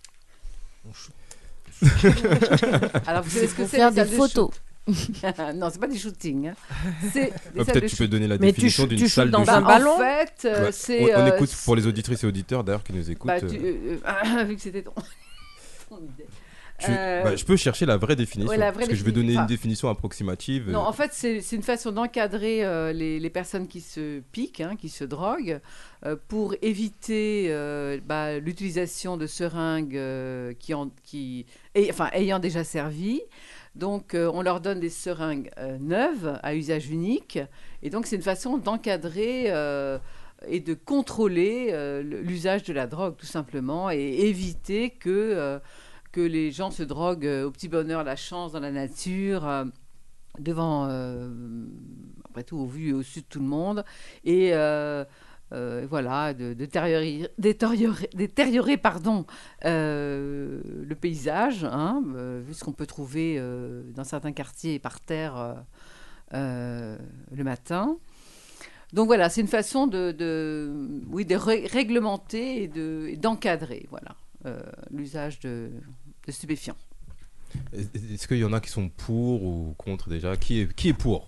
Alors, vous savez ce que Pour c'est faire les des salles de photos. shoot? Non, c'est pas du shooting. Hein. C'est des Ah, salles peut-être de tu peux shoot. donner la Mais tu définition ch- d'une tu salle shootes de dans shoot. un Bah, ballon. en fait, euh, Ouais, c'est. on, on euh, écoute pour les auditrices et auditeurs d'ailleurs qui nous écoutent. Bah, tu, euh, euh, euh, vu que c'était ton, ton idée. tu- Euh, bah, je peux chercher la vraie définition. ouais, la vraie parce que je vais défini- donner enfin, une définition approximative. Non, euh, en fait, c'est c'est une façon d'encadrer euh, les, les personnes qui se piquent, hein, qui se droguent, euh, pour éviter euh, bah, l'utilisation de seringues euh, qui ont, qui, et, enfin, ayant déjà servi. Donc, euh, on leur donne des seringues euh, neuves à usage unique. Et donc, c'est une façon d'encadrer euh, et de contrôler euh, l'usage de la drogue, tout simplement, et éviter que, euh, que les gens se droguent euh, au petit bonheur, la chance, dans la nature, euh, devant, euh, après tout, au vu et au su de tout le monde. Et euh, euh, voilà, de, de détériorer, détériorer, détériorer pardon, euh, le paysage, hein, euh, vu ce qu'on peut trouver euh, dans certains quartiers par terre euh, euh, le matin. Donc voilà, c'est une façon de, de, oui, de ré- réglementer et, de, et d'encadrer voilà, euh, l'usage de, de stupéfiants. Est-ce qu'il y en a qui sont pour ou contre déjà? Qui est, qui est pour?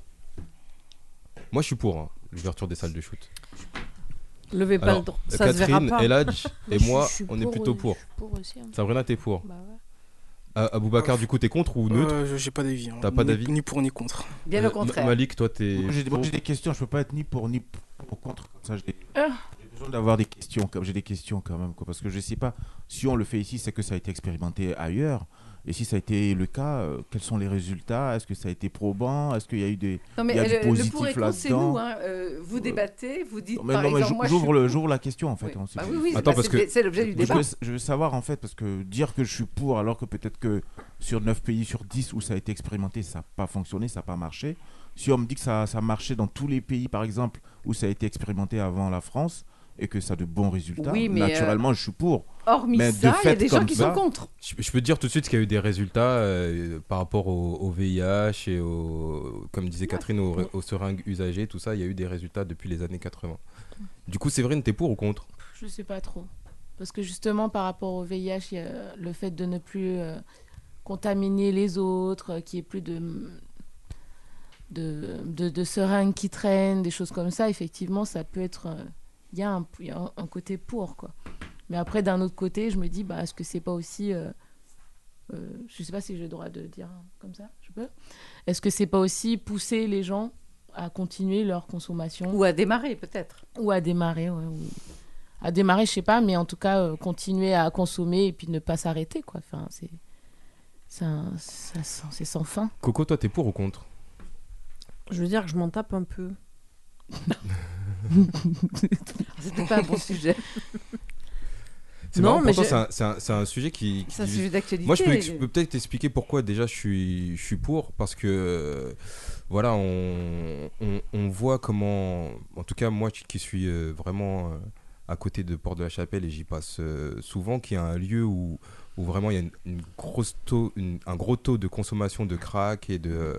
Moi je suis pour hein, l'ouverture des salles de shoot. Levez pas Alors, le droit. Ça se verra Catherine, pas. Eladj et Je- moi, je suis on est pour, plutôt euh, pour. je suis pour aussi, hein. Sabrina, t'es pour? Bah ouais. Ah, Aboubacar, du coup, t'es contre ou neutre? Euh, J'ai pas d'avis. hein. T'as pas Ni- d'avis? Ni pour ni contre. Bien Euh, au contraire. Ma- Malik, toi, t'es. Moi, j'ai pour? moi, j'ai des questions, je peux pas être ni pour ni pour ou contre. Comme ça, j'ai Ah. j'ai besoin d'avoir des questions. Comme j'ai des questions quand même, quoi, parce que je sais pas si on le fait ici, c'est que ça a été expérimenté ailleurs. Et si ça a été le cas, euh, quels sont les résultats? Est-ce que ça a été probant? Est-ce qu'il y a eu des Non, mais il y a le, du le positif pour et contre, c'est là-dedans? nous. Hein. Euh, vous débattez, vous dites. Non, mais, par non, mais exemple, j'ou- moi, je j'ouvre suis- le- j'ouvre la question en fait. Oui. hein, c'est- Bah oui, oui, Attends, bah, parce c'est que- c'est l'objet du je débat. veux, je veux savoir en fait, parce que dire que je suis pour alors que peut-être que sur neuf pays sur dix où ça a été expérimenté, ça n'a pas fonctionné, ça n'a pas marché. si on me dit que ça, ça marchait dans tous les pays, par exemple, où ça a été expérimenté avant la France, et que ça a de bons résultats, Oui, mais, naturellement, euh, je suis pour. Hormis Mais ça, de il y a fait des gens comme qui ça- sont contre. Je, je peux te dire tout de suite qu'il y a eu des résultats euh, par rapport au, au V I H et au, comme disait Catherine, aux, aux seringues usagées, tout ça, il y a eu des résultats depuis les années quatre-vingts. Du coup, Séverine, t'es pour ou contre? Je sais pas trop. Parce que justement, par rapport au V I H, il y a le fait de ne plus euh, contaminer les autres, euh, qu'il n'y ait plus de, de, de, de seringues qui traînent, des choses comme ça, effectivement, ça peut être... euh, Il y a, un, il y a un, un côté pour, quoi. Mais après, d'un autre côté, je me dis, bah, est-ce que c'est pas aussi... Euh, euh, je sais pas si j'ai le droit de dire comme ça, je peux. Est-ce que c'est pas aussi pousser les gens à continuer leur consommation? Ou à démarrer, peut-être. Ou à démarrer, ouais. Ou... À démarrer, je sais pas, mais en tout cas, euh, continuer à consommer et puis ne pas s'arrêter, quoi. Enfin, c'est... C'est, un... ça, c'est sans fin. Coco, toi, t'es pour ou contre? Je veux dire que je m'en tape un peu. C'était pas un bon sujet. C'est Non, marrant, mais pourtant, j'ai- c'est un, c'est un- c'est un sujet qui... qui C'est un divise. sujet d'actualité. Moi, je peux, ex- je peux peut-être t'expliquer pourquoi déjà je suis, je suis pour, parce que, euh, voilà, on, on, on voit comment, en tout cas moi qui, qui suis euh, vraiment euh, à côté de Porte de la Chapelle et j'y passe euh, souvent, qu'il y a un lieu où, où vraiment il y a une, une grosse taux, une- un gros taux de consommation de crack et de... euh,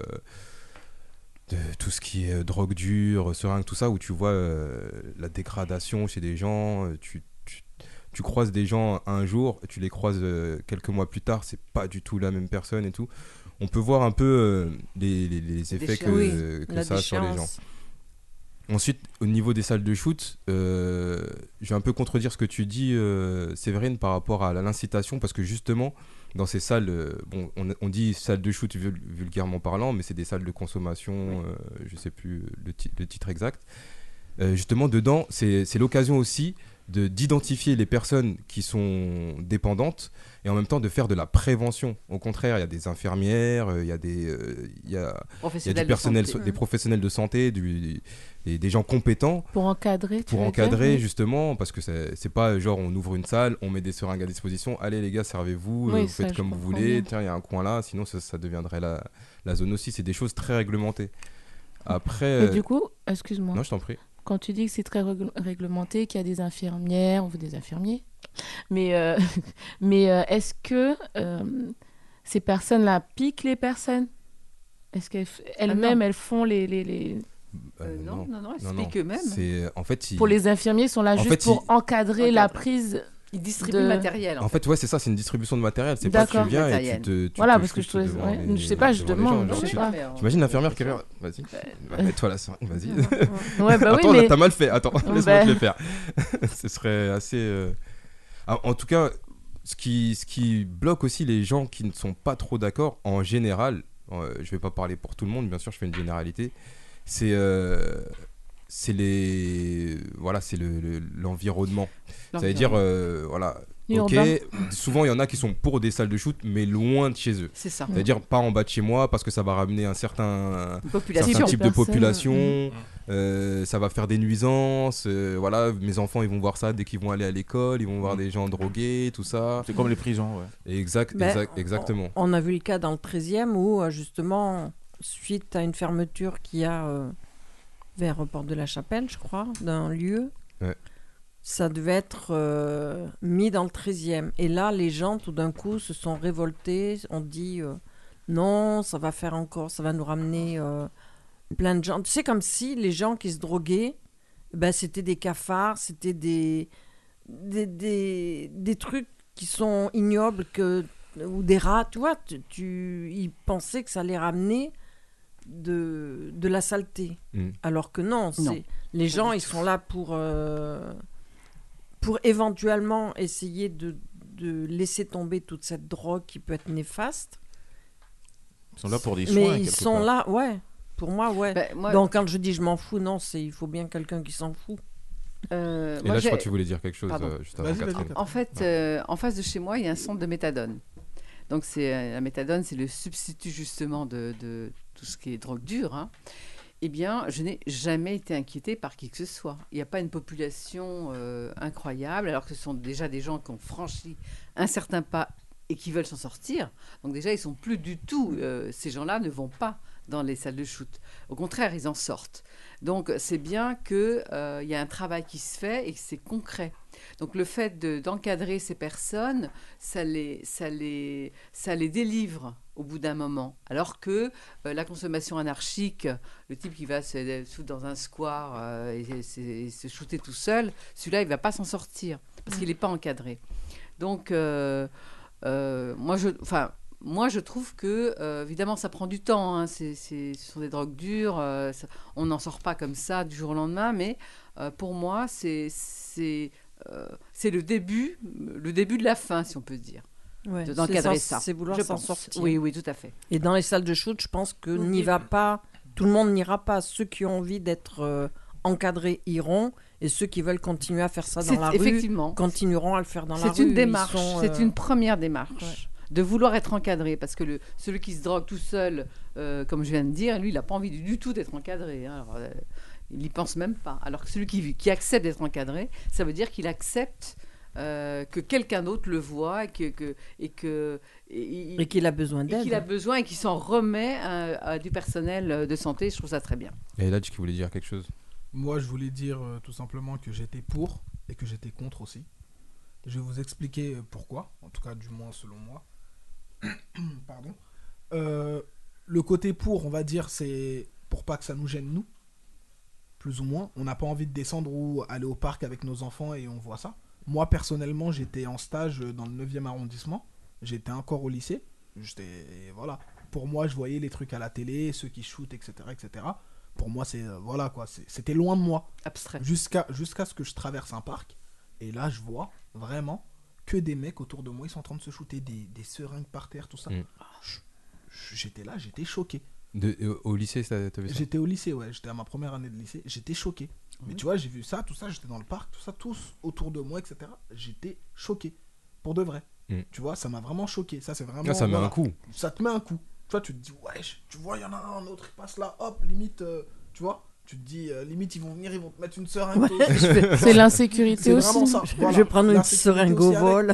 de tout ce qui est euh, drogue dure, seringue, tout ça, où tu vois euh, la dégradation chez des gens, euh, tu, tu, tu croises des gens un jour, tu les croises euh, quelques mois plus tard, c'est pas du tout la même personne et tout. On peut voir un peu euh, les, les, les effets que, Oui, que la ça a sur les gens. déchéance. Ensuite, au niveau des salles de shoot, euh, je vais un peu contredire ce que tu dis, euh, Séverine, par rapport à la- l'incitation, parce que justement, dans ces salles, euh, bon, on, on dit salles de shoot vul- vulgairement parlant, mais c'est des salles de consommation, euh, je sais plus le, ti- le titre exact. Euh, justement, dedans, c'est c'est l'occasion aussi de d'identifier les personnes qui sont dépendantes et en même temps de faire de la prévention. Au contraire, il y a des infirmières, euh, il y a des, euh, il y a, il y a Professionnels du de personnel, santé. so- des professionnels de santé, du, des, des gens compétents Pour encadrer, tu pour veux dire, encadrer oui. justement, parce que c'est c'est pas genre on ouvre une salle, on met des seringues à disposition, allez les gars, servez-vous, Oui, euh, vous ça, faites je comme vous comprends voulez, bien. tiens, il y a un coin là, sinon ça, ça deviendrait la, la zone aussi. C'est des choses très réglementées. Après. Mais euh, du coup, excuse-moi. Non, je t'en prie. Quand tu dis que c'est très régl- réglementé, qu'il y a des infirmières, on veut des infirmiers, mais, euh, mais euh, est-ce que euh, ces personnes-là piquent les personnes? Est-ce qu'elles-mêmes, non. elles font les... les, les... Euh, non, non, non, elles se non, piquent eux-mêmes. C'est en fait. ils- Pour les infirmiers, ils sont là En juste fait, pour ils- encadrer la Encadrer. prise. Ils distribuent de- le matériel. En, En fait, ouais, c'est ça, c'est une distribution de matériel. C'est pas que tu D'accord. viens et tu Matériel. te. tu Voilà, te parce que je shootes trouvais- devant ouais, les- je sais pas, je devant les demande, gens, je genre, sais tu- pas. mais on- T'imagines l'infirmière qui regarde. Vas-y. Bah, mets-toi la seringue, vas-y. Ouais, bah oui, Attends, mais- t'as mal fait. Attends, laisse-moi Bah. te le faire. Ce serait assez. euh, ah, en tout cas, ce qui, ce qui bloque aussi les gens qui ne sont pas trop d'accord, en général, euh, je vais pas parler pour tout le monde, bien sûr, je fais une généralité, c'est. euh, c'est les voilà c'est le, le- l'environnement ça veut dire euh, voilà ok Urbain. souvent il y en a qui sont pour des salles de shoot mais loin de chez eux C'est ça. c'est à dire pas en bas de chez moi parce que ça va ramener un certain, Une population. certain type de Personne. population Mm. euh, ça va faire des nuisances euh, voilà mes enfants ils vont voir ça dès qu'ils vont aller à l'école ils vont voir des gens drogués tout ça C'est comme les prisons, ouais. exact, Ben, exact exactement On a vu le cas dans le treizième où, euh, justement, suite à une fermeture qu'il y a euh, vers Porte de la Chapelle, je crois, d'un lieu, Ouais. ça devait être euh, mis dans le treizième. Et là, les gens, tout d'un coup, se sont révoltés, ont dit euh, non, ça va faire encore, ça va nous ramener euh, plein de gens. Tu sais, comme si les gens qui se droguaient, ben, c'était des cafards, c'était des, des, des, des trucs qui sont ignobles que, ou des rats, tu vois. Tu, tu, ils pensaient que ça allait ramener de, de la saleté. Mm. Alors que non, c'est, Non. les gens, ils sont là pour, euh, pour éventuellement essayer de, de laisser tomber toute cette drogue qui peut être néfaste. Ils sont là pour des soins. Mais ils quelque sont part. là, ouais. Pour moi, ouais. Ben, moi- Donc quand je dis je m'en fous, non, c'est il faut bien quelqu'un qui s'en fout. Euh, et moi, là je j'ai- crois que tu voulais dire quelque chose Pardon. euh, juste avant Vas-y, vas-y, Catherine En fait, euh, en face de chez moi, il y a un centre de méthadone. Donc, c'est, euh, la méthadone, c'est le substitut justement de, de tout ce qui est drogue dure. Hein. Eh bien, je n'ai jamais été inquiétée par qui que ce soit. Il n'y a pas une population euh, incroyable, alors que ce sont déjà des gens qui ont franchi un certain pas et qui veulent s'en sortir. Donc déjà, ils sont plus du tout, euh, ces gens-là ne vont pas dans les salles de shoot. Au contraire, ils en sortent. Donc, c'est bien qu'il euh, y a un travail qui se fait et que c'est concret. Donc, le fait de, d'encadrer ces personnes, ça les, ça, les, ça les délivre au bout d'un moment. Alors que euh, la consommation anarchique, le type qui va se foutre dans un square euh, et, et, et se shooter tout seul, celui-là, il ne va pas s'en sortir parce qu'il n'est pas encadré. Donc, euh, euh, moi, je... Enfin, Moi, je trouve que, euh, évidemment, ça prend du temps. Hein. C'est, c'est, ce sont des drogues dures. Euh, ça, on n'en sort pas comme ça du jour au lendemain. Mais euh, pour moi, c'est, c'est, euh, c'est le début, le début de la fin, si on peut dire. Ouais, de, d'encadrer c'est ça. C'est vouloir je s'en pense. sortir. Oui, oui, tout à fait. Et dans les salles de shoot, je pense que n'y va pas. Tout le monde n'ira pas. Ceux qui ont envie d'être euh, encadrés iront. Et ceux qui veulent continuer à faire ça dans c'est, la effectivement, rue continueront à le faire dans c'est la rue. Une démarche, sont, euh... C'est une première démarche. Ouais. De vouloir être encadré, parce que le, celui qui se drogue tout seul, euh, comme je viens de dire, lui, il n'a pas envie du, du tout d'être encadré. Hein. Alors, euh, il n'y pense même pas. Alors que celui qui, qui accepte d'être encadré, ça veut dire qu'il accepte euh, que quelqu'un d'autre le voit et, que, que, et, que, et, et qu'il a besoin d'aide. Et qu'il a besoin et qu'il s'en remet à, à du personnel de santé. Je trouve ça très bien. Et là, tu voulais dire quelque chose ? Moi, je voulais dire euh, tout simplement que j'étais pour et que j'étais contre aussi. Je vais vous expliquer pourquoi, en tout cas du moins selon moi. Pardon. Euh, le côté pour, on va dire, c'est pour pas que ça nous gêne nous, plus ou moins. On n'a pas envie de descendre ou aller au parc avec nos enfants et on voit ça. Moi, personnellement, j'étais en stage dans le neuvième arrondissement. J'étais encore au lycée. J'étais, voilà. Pour moi, je voyais les trucs à la télé, ceux qui shootent, et cetera, et cetera. Pour moi, c'est, euh, voilà, quoi. C'est, c'était loin de moi. Abstrait. Jusqu'à, jusqu'à ce que je traverse un parc. Et là, je vois vraiment que des mecs autour de moi, ils sont en train de se shooter des, des seringues par terre, tout ça. Mm. Je, je, j'étais là, j'étais choqué. De, euh, au lycée, ça, t'avais ça ? J'étais au lycée, ouais. J'étais à ma première année de lycée. J'étais choqué. Mmh. Mais tu vois, j'ai vu ça, tout ça. J'étais dans le parc, tout ça, tous autour de moi, et cetera. J'étais choqué. Pour de vrai. Mm. Tu vois, ça m'a vraiment choqué. Ça, c'est vraiment... Ah, ça voilà, met un coup. Ça te met un coup. Tu vois, tu te dis, wesh, tu vois, il y en a un autre, il passe là, hop, limite, euh, tu vois. Tu te dis, euh, limite, ils vont venir, ils vont te mettre une seringue. Ouais. C'est l'insécurité c'est aussi. Vraiment ça. Voilà. Je vais prendre une seringue au vol.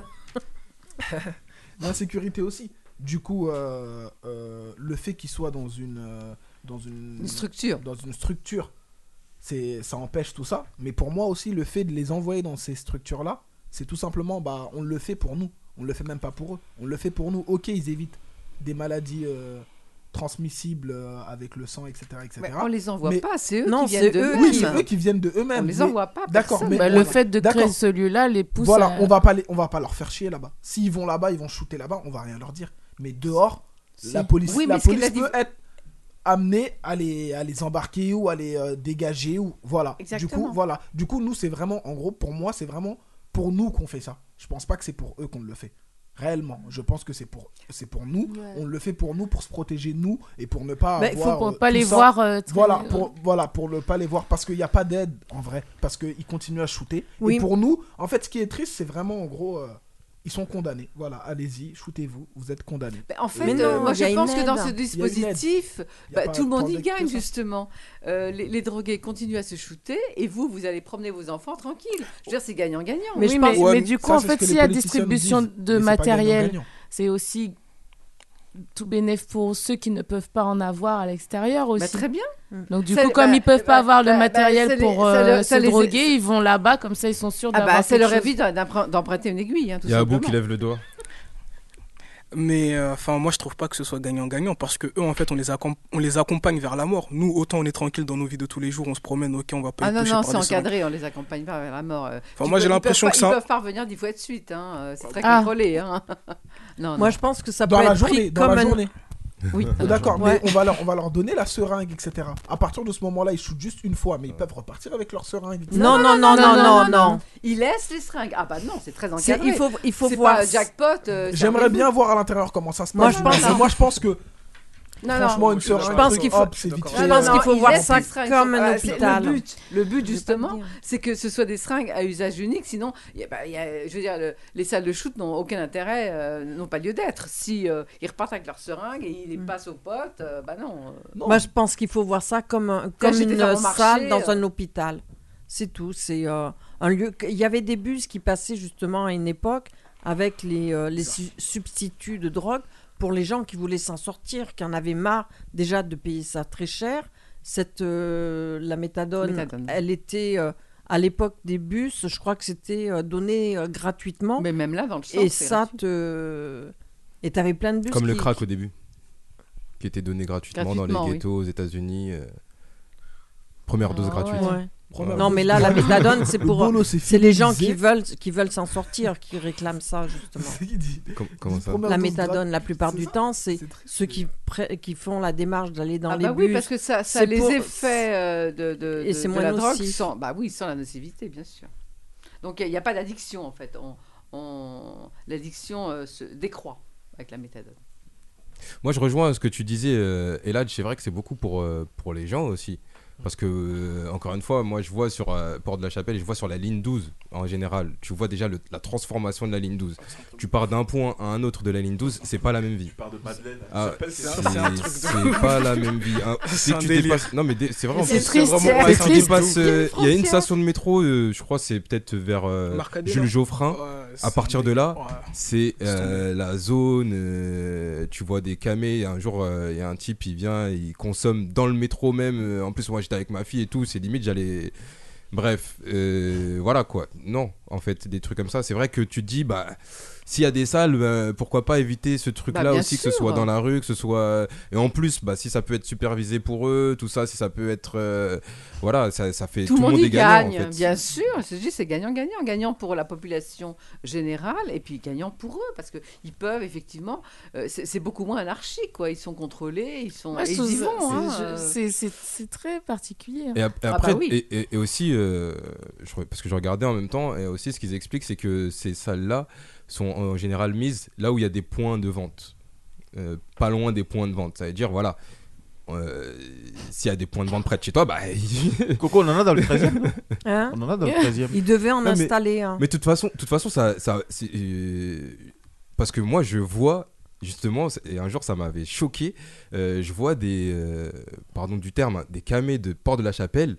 L'insécurité aussi. Du coup, euh, euh, le fait qu'ils soient dans une, euh, dans une, une structure, dans une structure, c'est, ça empêche tout ça. Mais pour moi aussi, le fait de les envoyer dans ces structures-là, c'est tout simplement, bah, on le fait pour nous. On le fait même pas pour eux. On le fait pour nous. Ok, ils évitent des maladies euh, transmissibles euh, avec le sang, et cetera, et cetera. Mais on les envoie mais... pas, c'est eux non, qui viennent de eux. Oui, c'est eux qui viennent de eux-mêmes. On les mais... envoie pas. D'accord, mais bah, le fait de créer celui-là les pousse. Voilà, à... on va pas les, on va pas leur faire chier là-bas. S'ils vont là-bas, ils vont shooter là-bas, on va rien leur dire. Mais dehors, si. la police, oui, la police dit... peut être amenée à les, à les embarquer ou à les euh, dégager ou voilà. Exactement. Du coup, voilà. Du coup, nous, c'est vraiment, en gros, pour moi, c'est vraiment pour nous qu'on fait ça. Je pense pas que c'est pour eux qu'on le fait. Réellement, je pense que c'est pour, c'est pour nous. Ouais. On le fait pour nous, pour se protéger nous et pour ne pas. Bah, avoir, faut pour euh, pas les ça. voir. Euh, très... Voilà, pour voilà pour ne pas les voir parce qu'il n'y a pas d'aide en vrai, parce qu'ils continuent à shooter. Oui. Et pour nous, en fait, ce qui est triste, c'est vraiment en gros, euh, ils sont condamnés. Voilà, allez-y, shootez-vous, vous êtes condamnés. Mais en fait, euh, moi je pense que dans ce dispositif, bah, tout le monde y gagne justement. Euh, les, les drogués continuent à se shooter et vous, vous allez promener vos enfants tranquille. Je veux dire, c'est gagnant-gagnant. Mais, oui, je mais, pense, ouais, mais du coup, ça, en fait, s'il y a distribution disent, de matériel, gagnant, c'est aussi tout bénéfice pour ceux qui ne peuvent pas en avoir à l'extérieur aussi. Bah, très bien. Donc du ça, coup, comme bah, ils peuvent bah, pas avoir bah, le matériel bah, pour les, euh, le, se les... droguer, ils vont là-bas, comme ça ils sont sûrs d'avoir ah bah, quelque chose. Ça leur évite d'emprunter une aiguille. Hein, il y a Abou qui lève le doigt. Mais enfin, euh, moi je trouve pas que ce soit gagnant-gagnant parce que eux en fait on les, accom- on les accompagne vers la mort. Nous autant on est tranquille dans nos vies de tous les jours, on se promène, ok, on va pas ah être non, touché non, par c'est des encadré, seringues. on les accompagne pas vers la mort. Enfin, moi j'ai l'impression que pas, ça. Ils peuvent pas revenir dix fois de suite, hein. C'est très ah. contrôlé. Hein. non, moi non. je pense que ça dans peut la être journée, pris dans comme la un... journée. Oui, d'accord, ouais. mais on va, leur, on va leur donner la seringue, et cetera. À partir de ce moment-là, ils shootent juste une fois, mais ils peuvent repartir avec leur seringue. Non, non, non, non, non, non. Ils laissent les seringues. Ah bah non, c'est très encadré. C'est, il faut, il faut c'est voir. Pas jackpot. Euh, J'aimerais bien voir à l'intérieur comment ça se passe. Moi, je pense, moi, je pense que. Non, franchement, non, une seringue, je pense qu'il faut, hop, c'est vite je pense qu'il faut voir ça comme un euh, hôpital. Le but, le but justement, c'est que ce soit des seringues à usage unique. Sinon, y a, bah, y a, je veux dire, le, les salles de shoot n'ont aucun intérêt, euh, n'ont pas lieu d'être. Si euh, ils repartent avec leurs seringues et ils les passent aux potes, euh, bah non, euh, non. Moi, je pense qu'il faut voir ça comme, un, comme une salle marché, dans euh... un hôpital. C'est tout. C'est euh, un lieu. Il y avait des bus qui passaient justement à une époque avec les, euh, les su- substituts de drogue pour les gens qui voulaient s'en sortir, qui en avaient marre déjà de payer ça très cher. Cette, euh, la méthadone, Méthadone. elle était euh, à l'époque des bus, je crois que c'était euh, donné euh, gratuitement. Mais même là, dans le centre, Et c'est ça gratuit. te. Et t'avais plein de bus. Comme le qui- crack au début, qui était donné gratuitement, dans Gratuitement, les oui. ghettos aux États-Unis. euh, Première dose Ah gratuite. ouais. Voilà. Non, mais là, la méthadone, c'est Le pour. bolo, c'est C'est les gens qui fidélisé. veulent, qui veulent s'en sortir, qui réclament ça, justement. Com- comment ça La méthadone, la plupart du temps, c'est ceux qui, pré- qui font la démarche d'aller dans Ah les bah bus. oui, parce que ça, ça C'est les pour- effets euh, de, de, Et de- c'est de moins la drogue nocif. sans, bah oui, sans la nocivité, bien sûr. Donc il n'y a, pas d'addiction en fait. On, on- l'addiction euh, se décroît avec la méthadone. Moi, je rejoins ce que tu disais, euh, Elad. C'est vrai que c'est beaucoup pour, euh, pour les gens aussi. Parce que, euh, encore une fois, moi, je vois sur euh, Porte de la Chapelle, je vois sur la ligne douze, en général, tu vois déjà le- la transformation de la ligne douze. Tu pars d'un point à un autre de la ligne douze, c'est pas la même vie. Tu pars de Madeleine à Ah, Chapelle, c'est c'est un- c'est un truc de c'est ouf. pas la même vie. hein. C'est Dès un que tu délire. dépasses- Non, mais dé- c'est vraiment C'est c'est triste, vraiment- c'est dès que tu triste. dépasses, euh, Il y a une Il y a une frontière. station de métro, euh, je crois, c'est peut-être vers euh, Marcadena. Jules Geoffrin. Ouais, À c'est partir un de là, délire. Ouais. c'est Laisse euh, la zone. euh, tu vois des camés. Un jour, euh, il y a un type, il vient, il consomme dans le métro même. euh, En plus, moi, j'étais avec ma fille et tout. C'est limite, j'allais. Bref, euh, voilà quoi. Non, en fait, des trucs comme ça. C'est vrai que tu te dis, bah, s'il y a des salles, bah, pourquoi pas éviter ce truc-là Bah, bien aussi, que ce sûr. soit dans la rue, que ce soit. Et en plus, bah, si ça peut être supervisé pour eux, tout ça, si ça peut être. euh, Voilà, ça, ça fait. Tout, le monde y est gagnant, gagne, en fait. bien sûr. Je dis, c'est gagnant-gagnant. Gagnant pour la population générale et puis gagnant pour eux parce qu'ils peuvent effectivement. euh, c'est, c'est beaucoup moins anarchique, quoi. Ils sont contrôlés, ils sont. Moi, je et ils trouve y ça- vont. c'est- hein, je- euh. c'est- C'est c'est très particulier. hein. Et, ap- et Ah après, bah oui. et, et- et aussi, euh, je re- parce que je regardais en même temps, et aussi ce qu'ils expliquent, c'est que ces salles-là sont en général mises là où il y a des points de vente, Euh, pas loin des points de vente. Ça veut dire, voilà, euh, s'il y a des points de vente près de chez toi, bah. Coco, on en a dans le treizième, non Hein On en a dans le treizième. Ils devaient en Non, mais- installer un. Mais de toute façon, de toute façon, ça, ça, c'est, euh, parce que moi, je vois justement, et un jour, ça m'avait choqué. euh, je vois des, euh, pardon du terme, hein, des camés de Porte de la Chapelle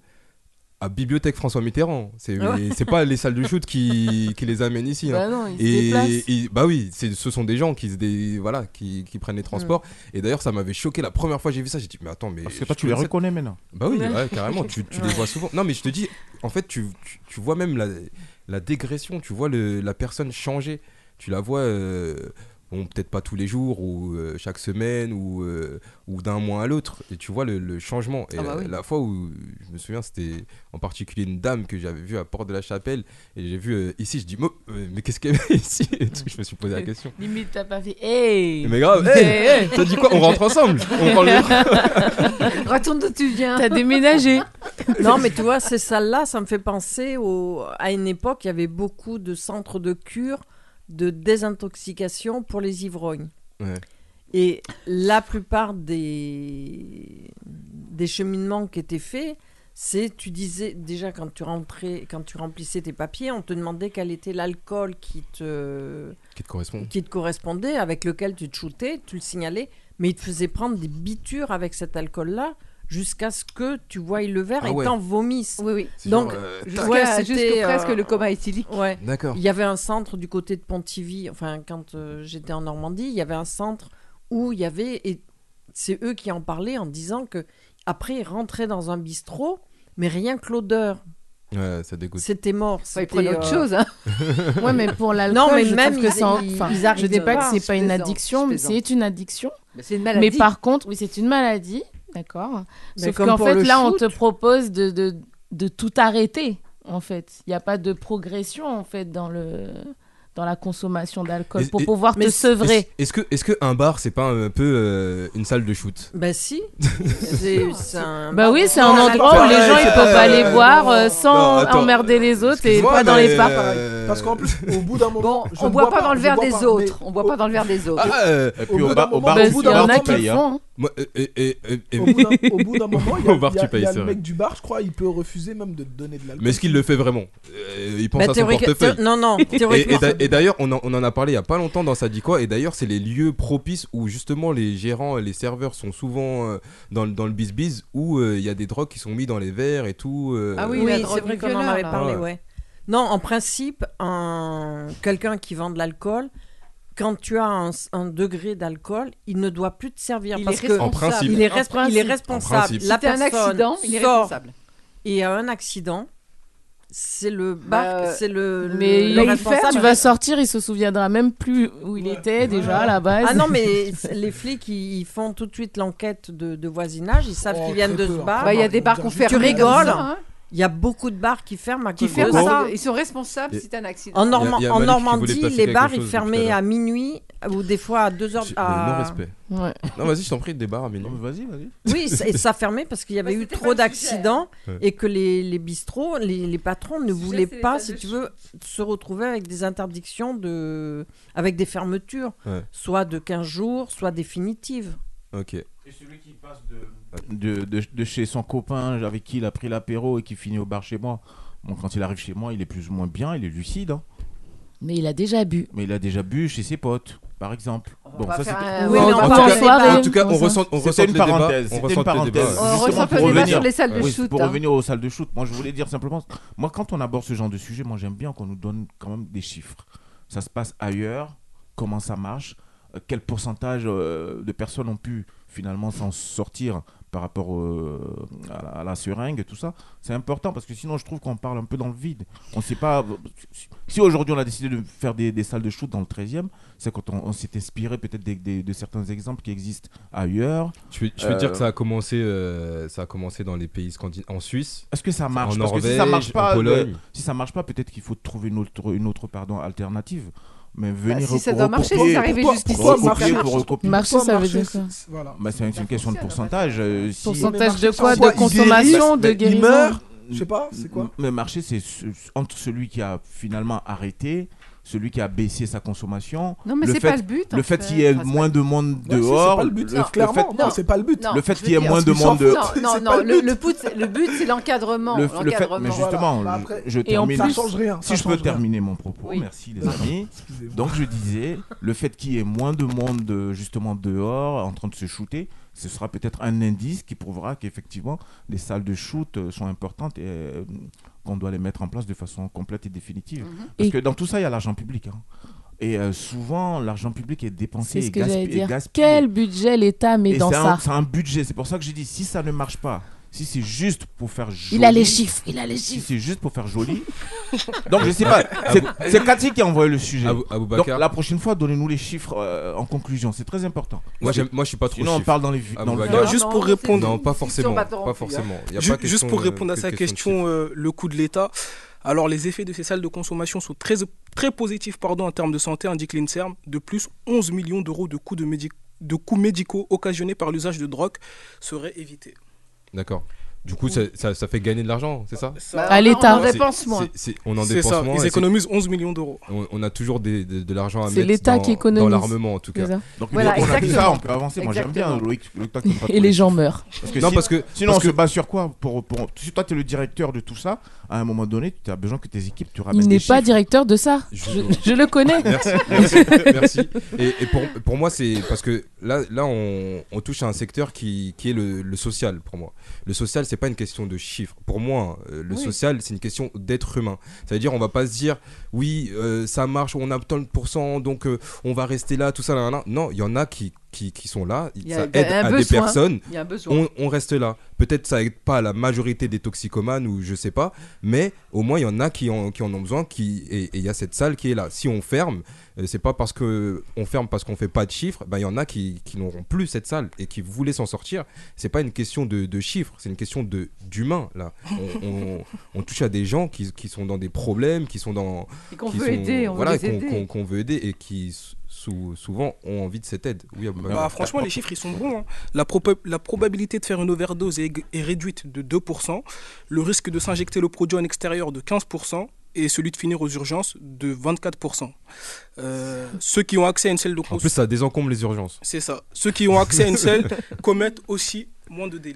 à Bibliothèque François Mitterrand. C'est, Ah ouais. c'est pas les salles de shoot qui, qui les amènent ici. Bah hein. non, ils se et, déplacent. et- bah oui, c'est, ce sont des gens qui, se dé- voilà, qui, qui prennent les transports. Et d'ailleurs, ça m'avait choqué la première fois que j'ai vu ça. J'ai dit, mais attends, mais. Parce que toi, je tu les connaissais- reconnais maintenant. Bah oui, Ouais. ouais, carrément, tu, tu les vois souvent. Non, mais je te dis, en fait, tu, tu, tu vois même la, la dégression, tu vois le, la personne changer. Tu la vois, euh, bon, peut-être pas tous les jours ou euh, chaque semaine ou, euh, ou d'un mois à l'autre. Et tu vois le, le changement. Et Ah bah la, oui. la fois où je me souviens, c'était en particulier une dame que j'avais vue à Porte de la Chapelle. Et j'ai vu euh, ici, je dis, Mo, euh, mais qu'est-ce qu'elle fait ici Et tout, je me suis posé la question. Limite, t'as pas fait. Hey Mais grave, hey, t'as dit quoi On rentre ensemble On prend le Retourne d'où tu viens. T'as déménagé. Non, mais tu vois, ces salles-là, ça me fait penser au... à une époque, il y avait beaucoup de centres de cure, de désintoxication pour les ivrognes. Ouais. Et la plupart des, des cheminements qui étaient faits, c'est, tu disais, déjà quand tu rentrais, quand tu remplissais tes papiers, on te demandait quel était l'alcool qui te, Qui te correspond. qui te correspondait, avec lequel tu te shootais, tu le signalais, mais il te faisait prendre des bitures avec cet alcool-là jusqu'à ce que tu voies le verre Ah et ouais. t'en vomisses. Oui, oui. C'est Donc, genre, euh, Jusqu'à, ouais, jusque c'était, presque euh, le coma éthylique. Ouais. D'accord. Il y avait un centre du côté de Pontivy, enfin quand euh, j'étais en Normandie, il y avait un centre où il y avait, et c'est eux qui en parlaient en disant que après ils rentraient dans un bistrot, mais rien que l'odeur, Ouais, ça dégoûte. c'était mort. Enfin, ils C'était, prennent autre euh, chose. Hein. Ouais, mais pour l'alcool, Non, mais je même trouve que ils- c'est en- ils- enfin, ils je arrivent dis pas pas. que c'est pas Je une plaisante, addiction, je mais plaisante. c'est une addiction. Mais c'est une maladie. Mais par contre, oui, c'est une maladie, d'accord. Mais Sauf comme qu'en pour fait, le là, on shoot. te propose de, de, de tout arrêter, en fait. Il n'y a pas de progression, en fait, dans, le, dans la consommation d'alcool Et- pour et- pouvoir mais te c'est- sevrer. Est-ce que, est-ce que un bar, c'est pas un peu euh, une salle de shoot Bah si. c'est, c'est un... Bah oui, c'est Non, un la- endroit où les pareil, gens ils c'est peuvent pas- aller euh, boire non, euh, non, sans attends. emmerder les autres et Excuse-moi, pas dans mais, les bars. euh, Parce qu'en plus, au bout d'un moment. Bon, je on ne boit pas dans le je verre bois des pas, autres. mais On boit au- pas dans le verre des autres. Ah, euh, Et puis Au au, bout bar, d'un au moment, bar, Bah, au il bout y d'un en moment, a tu qui le payes, font. hein. moi, euh, euh, euh, euh, euh, Au bout d'un- au bout d'un moment, il y a, Au bar, il y a- tu payes, il y a c'est le vrai. mec du bar, je crois, il peut refuser même de te donner de l'alcool. mais est-ce qu'il le fait vraiment Euh, Il pense Bah, à son théorique- portefeuille. thé- Non, non, Et, et théoriquement. d'a- et d'ailleurs, on en, on en a parlé il y a pas longtemps dans Ça dit quoi. Et d'ailleurs, c'est les lieux propices où justement les gérants, les serveurs sont souvent euh, dans, le- dans le biz-biz où euh, il y a des drogues qui sont mis dans les verres et tout. euh, Ah oui, Oui, la c'est drogue vrai du qu'on en violeur, avait là. parlé, Ouais. ouais. Non, en principe, un... quelqu'un qui vend de l'alcool quand tu as un, un degré d'alcool, il ne doit plus te servir. Il parce est que En principe. Il est, En resp- principe. il est responsable. En principe. La Si t'as un personne accident, il est sort responsable. et a un accident, c'est le bar, Bah, c'est le, le- Mais le il- responsable. tu vas sortir, il se souviendra même plus où il était déjà à la base. Ah non, mais c'est- les flics, ils ils font tout de suite l'enquête de, de voisinage. Ils savent Oh, qu'ils viennent très de peu, ce hein. bar. Bah, il y a des bars qu'on Tu ferme. rigoles. Hein, Il y a beaucoup de bars qui ferment à qui cause ferment de ça. parce que ils sont responsables Et- si t'as un accident. En, Norma- Il y a- il y a en Malik qui voulait Normandie, placer les quelque bars, chose ils depuis tout fermaient à l'heure. à minuit ou des fois à deux heures. J'ai- À... Le non-respect. Ouais. Non, vas-y, je t'en prie, des bars à minuit. Non, mais vas-y, vas-y. Oui, ça, et ça fermait parce qu'il y avait Bah, eu c'était trop pas le d'accidents sujet. et que les, les bistrots, les, les patrons ne sujet, voulaient c'est les pas, salles si de tu veux, se retrouver avec des interdictions, de... avec des fermetures, Ouais. soit de quinze jours, soit définitives. Ok. Et celui qui passe de, de, de, de chez son copain avec qui il a pris l'apéro et qui finit au bar chez moi, bon, quand il arrive chez moi, il est plus ou moins bien, il est lucide. Hein. Mais il a déjà bu. Mais il a déjà bu chez ses potes, par exemple. Bon, va ça faire c'était. un- Oui, Oui, mais on on va parle faire des des bars. En tout cas, on Comment ça ressent, on C'était ressent une les débats. parenthèse. On C'était ressent une les parenthèse. débats. On Justement, ressent un peu pour le débat revenir- sur les salles de oui, shoot, Pour hein. revenir aux salles de shoot, moi je voulais dire simplement, moi quand on aborde ce genre de sujet, moi j'aime bien qu'on nous donne quand même des chiffres. Ça se passe ailleurs, comment ça marche, euh, quel pourcentage euh, de personnes ont pu finalement s'en sortir par rapport euh, à, la, à la seringue et tout ça. C'est important parce que sinon je trouve qu'on parle un peu dans le vide. On sait pas. Si aujourd'hui on a décidé de faire des, des salles de shoot dans le treizième, c'est quand on, on s'est inspiré peut-être des, des- de certains exemples qui existent ailleurs. Je veux, je veux Euh, dire que ça a commencé, euh, ça a commencé dans les pays scandinaves, en Suisse. Est-ce que ça marche? En Parce que Norvège, si ça marche pas, en Pologne. euh, si ça marche pas, peut-être qu'il faut trouver une autre, une autre pardon, alternative. Mais venir si ça rec- doit marcher, recopier- c'est arrivé pourquoi- jusqu'ici, pourquoi c'est marcher pas pour marché. recopier Marcher, ça veut dire quoi? Voilà. Bah, c'est une question de pourcentage. euh, si- Pourcentage de quoi? Soit De il consommation, guérit, de il guérison? meurt. Je sais pas, c'est quoi? Le marché, c'est ce- entre celui qui a finalement arrêté, celui qui a baissé sa consommation. Non, mais le c'est fait- pas le but, en Le fait fait. qu'il y ait Enfin, c'est moins de monde Ouais, si, c'est dehors. pas le but, le- le clairement. fait- Non, c'est pas le but. Non, Le fait je qu'il y ait veux moins dire, de il s'en monde fout. de- Non, non, C'est non, pas le le, but. le but, c'est- le but, c'est l'encadrement. Le, le fait, l'encadrement. mais justement, Voilà. je- Après- je, Et en termine. Ça plus- change rien. Si ça je peux change rien. terminer mon propos, Oui. merci les amis. Excusez-moi. Donc je disais, le fait qu'il y ait moins de monde euh, justement dehors en train de se shooter, ce sera peut-être un indice qui prouvera qu'effectivement les salles de shoot euh, sont importantes et euh, qu'on doit les mettre en place de façon complète et définitive. Mhm. Parce Et- que dans tout ça, il y a l'argent public. hein. Et euh, souvent, l'argent public est dépensé C'est ce et, que j'allais gaspi- et dire. gaspillé. Quel budget l'État met Et dans c'est un, ça? c'est un budget. C'est pour ça que j'ai dit, si ça ne marche pas, si c'est juste pour faire joli. Il a les chiffres, il a les Si chiffres. c'est juste pour faire joli. Donc je sais pas. C'est, c'est Cathy qui a envoyé le sujet. Abou- Donc Aboubacar. la prochaine fois, donnez-nous les chiffres euh, en conclusion. C'est très important. Moi, j'aime- moi, je suis pas trop Sinon, on chiffre. parle dans les vi- Ah, dans le bah, vert. Non, juste pour répondre. Non, pas forcément. battant en Pas couille, forcément. Y a Ju- pas Juste question pour de- répondre à que sa question de question, euh, le coût de l'État. Alors, les effets de ces salles de consommation sont très, très positifs pardon, en termes de santé, indique l'INSERM. De plus, onze millions d'euros de coûts, de, médic- de coûts médicaux occasionnés par l'usage de drogue seraient évités. D'accord. Du coup, ça, ça, ça fait gagner de l'argent, c'est ça? Ça- À l'État. On en C'est- dépense moins. c'est- c'est- On en C'est dépense ça, moins. ils et c'est- économisent onze millions d'euros. On, on a toujours des- des- de l'argent à C'est mettre l'État dans, qui économise. dans l'armement, en tout cas. C'est ça. Donc Voilà, on a dit ça, exactement. on peut avancer. Moi j'aime bien Exactement. Loïc. Loïc, toi qui n'aimes pas trop Et les gens chiffres. meurent. Parce que Non, si- parce que- sinon parce on se que- base sur quoi pour, pour... Si toi tu es le directeur de tout ça, à un moment donné, tu as besoin que tes équipes tu ramènes Il des n'est pas chiffres. directeur de ça. Je- Je, je le connais. Merci, merci, merci. Et, et pour, pour moi, c'est parce que là, là on, on touche à un secteur qui, qui est le, le social pour moi. Le social, c'est pas une question de chiffres. Pour moi, euh, le Oui. social, c'est une question d'être humain. Ça veut dire, on va pas se dire, oui, euh, ça marche, on a tant de pourcents, donc euh, on va rester là, tout ça, là, là. Non, il y en a qui, qui, qui sont là, Il y a- ça il y a aide un à des besoin. personnes. Il y a un besoin. On, on reste là. Peut-être ça aide pas la majorité des toxicomanes ou je sais pas, mais au moins il y en a qui en, qui en ont besoin, qui, et et il y a cette salle qui est là. Si on ferme, euh, c'est pas parce que on ferme parce qu'on fait pas de chiffres, ben il y en a qui, qui n'auront plus cette salle et qui voulaient s'en sortir. C'est pas une question de, de chiffres, c'est une question de d'humain là. On, on, on touche à des gens qui, qui sont dans des problèmes, qui sont dans Et qu'on qui veut sont- aider, on veut voilà, les qu'on, aider. qu'on- qu'on veut aider et qui sou- souvent ont envie de cette aide. Oui, Aboubacar. Bah, franchement, les chiffres, ils sont bons. hein. La, proba- la probabilité de faire une overdose est, est réduite de deux pour cent. Le risque de s'injecter le produit en extérieur de quinze pour cent. Et celui de finir aux urgences de vingt-quatre pour cent. Euh, ceux qui ont accès à une salle de En consommation... plus, ça désencombre les urgences. C'est ça. Ceux qui ont accès à une selle commettent aussi moins de délits.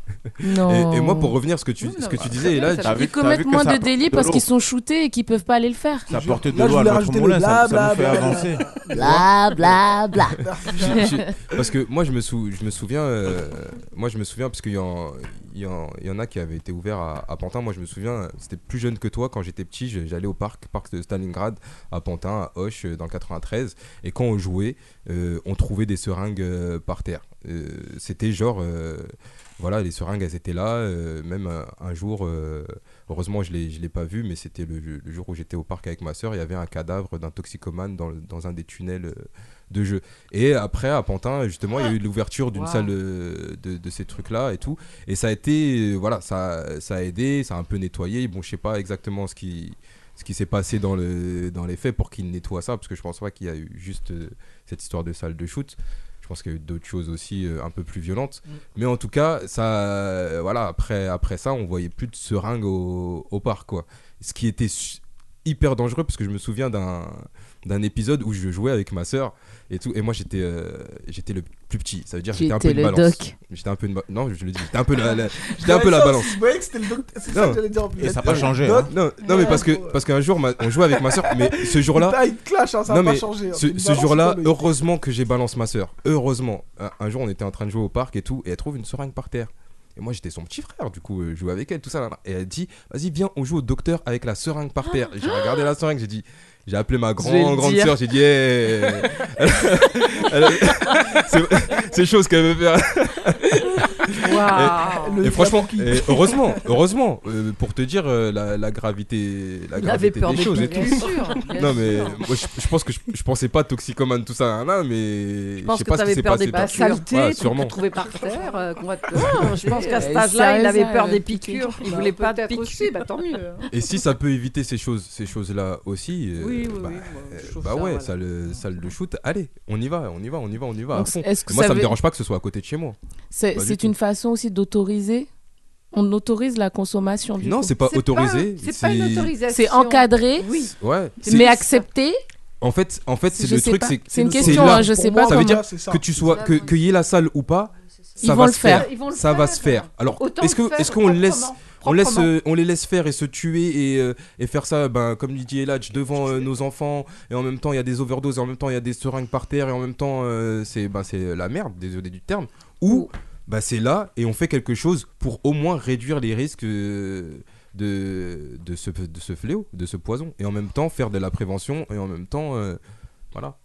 Non. Et, et moi, pour revenir à ce que tu, Oui, ce non, que bah, tu très disais, et bien, là, ça tu- va. Ils vu- t'as commettent vu que moins ça de apporte délits de parce l'eau. qu'ils sont shootés et qu'ils peuvent pas aller le faire. Ça apporte de Là, je l'eau à voulais notre rajouter le moulin, ça, ça blabla, nous fait blabla. avancer. Bla bla bla. je- je- parce que moi, je me, sou- je me souviens, euh, moi, je me souviens parce qu'il y, en- il y, en- il y en a qui avaient été ouverts à, à Pantin. Moi, je me souviens, c'était plus jeune que toi quand j'étais petit. je- J'allais au parc, parc de Stalingrad, à Pantin, à Hoche, dans le quatre-vingt-treize. Et quand on jouait, euh, on trouvait des seringues euh, par terre. Euh, c'était genre, euh, voilà, les seringues, elles étaient là. euh, même un, un jour, euh, heureusement, je ne l'ai pas vu, mais c'était le, le jour où j'étais au parc avec ma soeur. Il y avait un cadavre d'un toxicomane dans, le- dans un des tunnels. Euh, de jeu. Et après, à Pantin, justement, il y a eu l'ouverture d'une Wow. salle de, de, de ces trucs-là et tout. Et ça a été, euh, voilà, ça, ça a aidé, ça a un peu nettoyé. Bon, je sais pas exactement ce qui, ce qui s'est passé dans, le, dans les faits pour qu'ils nettoient ça, parce que je pense pas qu'il y a eu juste euh, cette histoire de salle de shoot. Je pense qu'il y a eu d'autres choses aussi euh, un peu plus violentes. Mm. Mais en tout cas, ça, euh, voilà, après, après ça, on voyait plus de seringues au, au parc, quoi. Ce qui était su- hyper dangereux, parce que je me souviens d'un d'un épisode où je jouais avec ma sœur et tout, et moi j'étais euh, j'étais le plus petit, ça veut dire Tu j'étais un peu étais une le balance. doc. J'étais un peu une ba- non, je le dis, j'étais un peu la, la- j'étais un peu la balance. Je voyais que c'était le docteur. C'est ça Non. que j'allais dire en plus. Et ça a pas changé, Doc, hein. Non, non mais parce que parce qu'un jour ma- on jouait avec ma sœur, mais ce jour-là putain, il te clash, hein, ça non a pas mais changé. ce, Une ce balance, jour-là, c'est quoi, le- heureusement que j'ai balance ma sœur. Heureusement. Un, un jour, on était en train de jouer au parc et tout, et elle trouve une seringue par terre. Et moi, j'étais son petit frère, du coup, euh, je jouais avec elle, tout ça. Là, là. Et elle dit, vas-y, viens, on joue au docteur avec la seringue par terre. Et j'ai regardé la seringue, j'ai dit, j'ai appelé ma vais grande, le grande dire. sœur, j'ai dit, hey. Elle- c'est- c'est chose qu'elle veut faire. Waouh. Et, et franchement, et heureusement, heureusement, euh, pour te dire euh, la, la gravité, la Il avait gravité peur des des choses et piqûres. tout. Bien sûr, bien non mais sûr. moi je, je pense que je, je pensais pas toxicomane tout ça, là, mais Je pense sais que pas ce qui t'avais s'est peur passé. des par- piqûres. Saleté, Ouais, pour sûrement. te trouver par terre, euh, qu'on va te. Non, je pense qu'à cet Euh, âge-là, il ça, avait ça, peur euh, des piquer. piqûres. Il Bah, voulait pas de peut-être piqûres. aussi, bah tant mieux. Et si ça peut éviter ces choses, ces choses-là aussi, euh, Oui, oui, bah, oui, moi, euh, je trouve bah ça, ouais, voilà. ça le, ça le shoot, allez, on y va, on y va, on y va, on y va. à Donc, fond. est-ce que Moi, ça ça me veut- dérange pas que ce soit à côté de chez moi. C'est Pas du c'est tout. une façon aussi d'autoriser. On autorise la consommation. Du Non, coup. c'est pas C'est autorisé. C'est pas une autorisation. C'est encadré, Oui. Ouais. mais c'est- accepté. En fait, en fait, c'est Je le sais truc, pas. c'est C'est une c'est question, là. hein, je Pour sais moi, pas Ça veut comment. dire c'est ça. que tu sois, que qu'il y ait la salle ou pas, Ils ça vont va le se faire. faire. Ils vont le Ça va faire. se faire. Alors, Autant est-ce le que, faire est-ce qu'on laisse, proprement. on laisse, Proprement. euh, on les laisse faire et se tuer et, euh, et faire ça, ben, comme dit Eladj, devant euh, nos enfants, et en même temps il y a des overdoses, et en même temps il y a des seringues par terre, et en même temps euh, c'est, ben, c'est la merde, désolé du terme. Ou, bah, c'est là et on fait quelque chose pour au moins réduire les risques euh, de, de, ce, de ce fléau, de ce poison, et en même temps faire de la prévention, et en même temps, euh, voilà.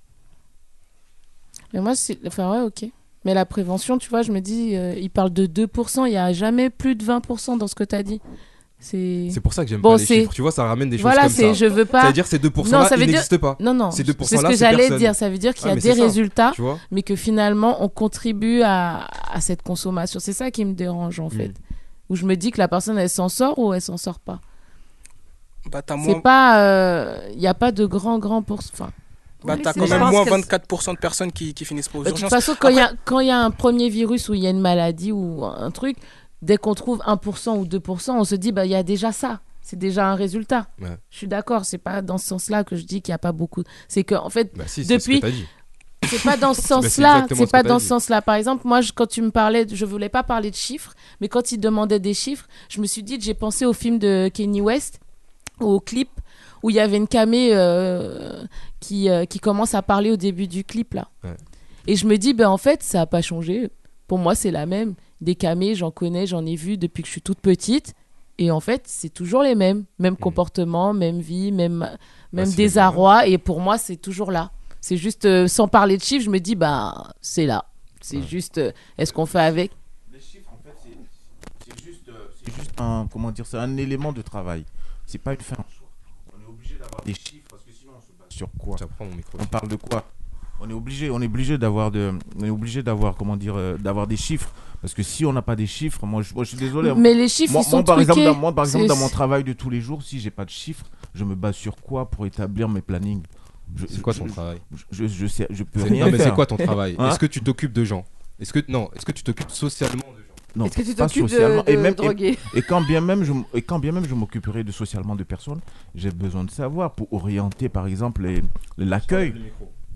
Mais moi, c'est... Enfin, ouais, ok. Mais la prévention, tu vois, je me dis, euh, il parle de deux pour cent, il n'y a jamais plus de vingt pour cent dans ce que tu as dit. C'est... C'est pour ça que j'aime Bon, pas les c'est- chiffres. Tu vois, ça ramène des choses Voilà, comme c'est... ça. je veux pas... Ça veut dire que ces deux pour cent Non, là, ça veut ils dire- n'existent pas. Non, non, Ces deux pour c'est cent ce là, que c'est j'allais personne. dire. Ça veut dire qu'il y Ouais, a mais des c'est ça, résultats, tu vois. mais que finalement, on contribue à, à cette consommation. C'est ça qui me dérange, en fait. Mm. Où je me dis que la personne, elle s'en sort ou elle s'en sort pas. Bah, t'as C'est moins, pas... Il n'y a pas de grand, grand pour... Enfin, bah, oui, t'as c'est- quand je même pense moins que vingt-quatre pour cent de personnes qui, qui finissent pas aux de toute urgences. façon, quand il y, Après- a- quand il y a un premier virus ou il y a une maladie ou un truc, dès qu'on trouve un pour cent ou deux pour cent, on se dit, bah, il y a déjà ça. C'est déjà un résultat. Ouais. Je suis d'accord, c'est pas dans ce sens-là que je dis qu'il n'y a pas beaucoup. C'est que, en fait, Bah si, c'est ce que depuis. t'as dit. C'est pas dans ce Bah, c'est sens-là. exactement C'est ce pas que dans t'as ce dit. sens-là. Par exemple, moi, je- quand tu me parlais, de- je voulais pas parler de chiffres, mais quand il demandait des chiffres, je me suis dit, j'ai pensé au film de Kanye West, au clip où il y avait une camé euh, qui, euh, qui commence à parler au début du clip là. Ouais. Et je me dis, ben en fait, ça a pas changé. Pour moi, c'est la même. Des camés, j'en connais, j'en ai vu depuis que je suis toute petite. Et en fait, c'est toujours les mêmes. Même comportement, même vie, même, même c'est les désarroi. Et pour moi, c'est toujours là. C'est juste, euh, sans parler de chiffres, je me dis, bah, c'est là. C'est juste, euh, est-ce qu'on fait avec? Les chiffres, en fait, c'est, c'est juste, euh, c'est juste un, comment dire, c'est un élément de travail. C'est pas une fin en soi. On est obligé d'avoir des chiffres parce que sinon on se base sur quoi? Ça prend mon micro. On parle de quoi? On est obligé, on est obligé d'avoir de, on est obligé d'avoir, comment dire, euh, d'avoir des chiffres. Parce que si on n'a pas des chiffres, moi je, moi, je suis désolé. Mais les chiffres, moi, ils sont moi, par exemple, truqués. dans, moi, par exemple, C'est- dans mon travail de tous les jours, si j'ai pas de chiffres, je me base sur quoi pour établir mes plannings? Je- C'est quoi je- ton je- travail? je, je, sais, je peux C'est- rien Non mais faire. c'est quoi ton travail? Hein? Est-ce que tu t'occupes de gens? Est-ce que non? Est-ce que tu t'occupes socialement de gens? Non, Est-ce que tu pas t'occupes de- socialement. de et même, drogués et, et quand bien même je m- et quand bien même je m'occuperai de socialement de personnes, j'ai besoin de savoir pour orienter par exemple les- l'accueil.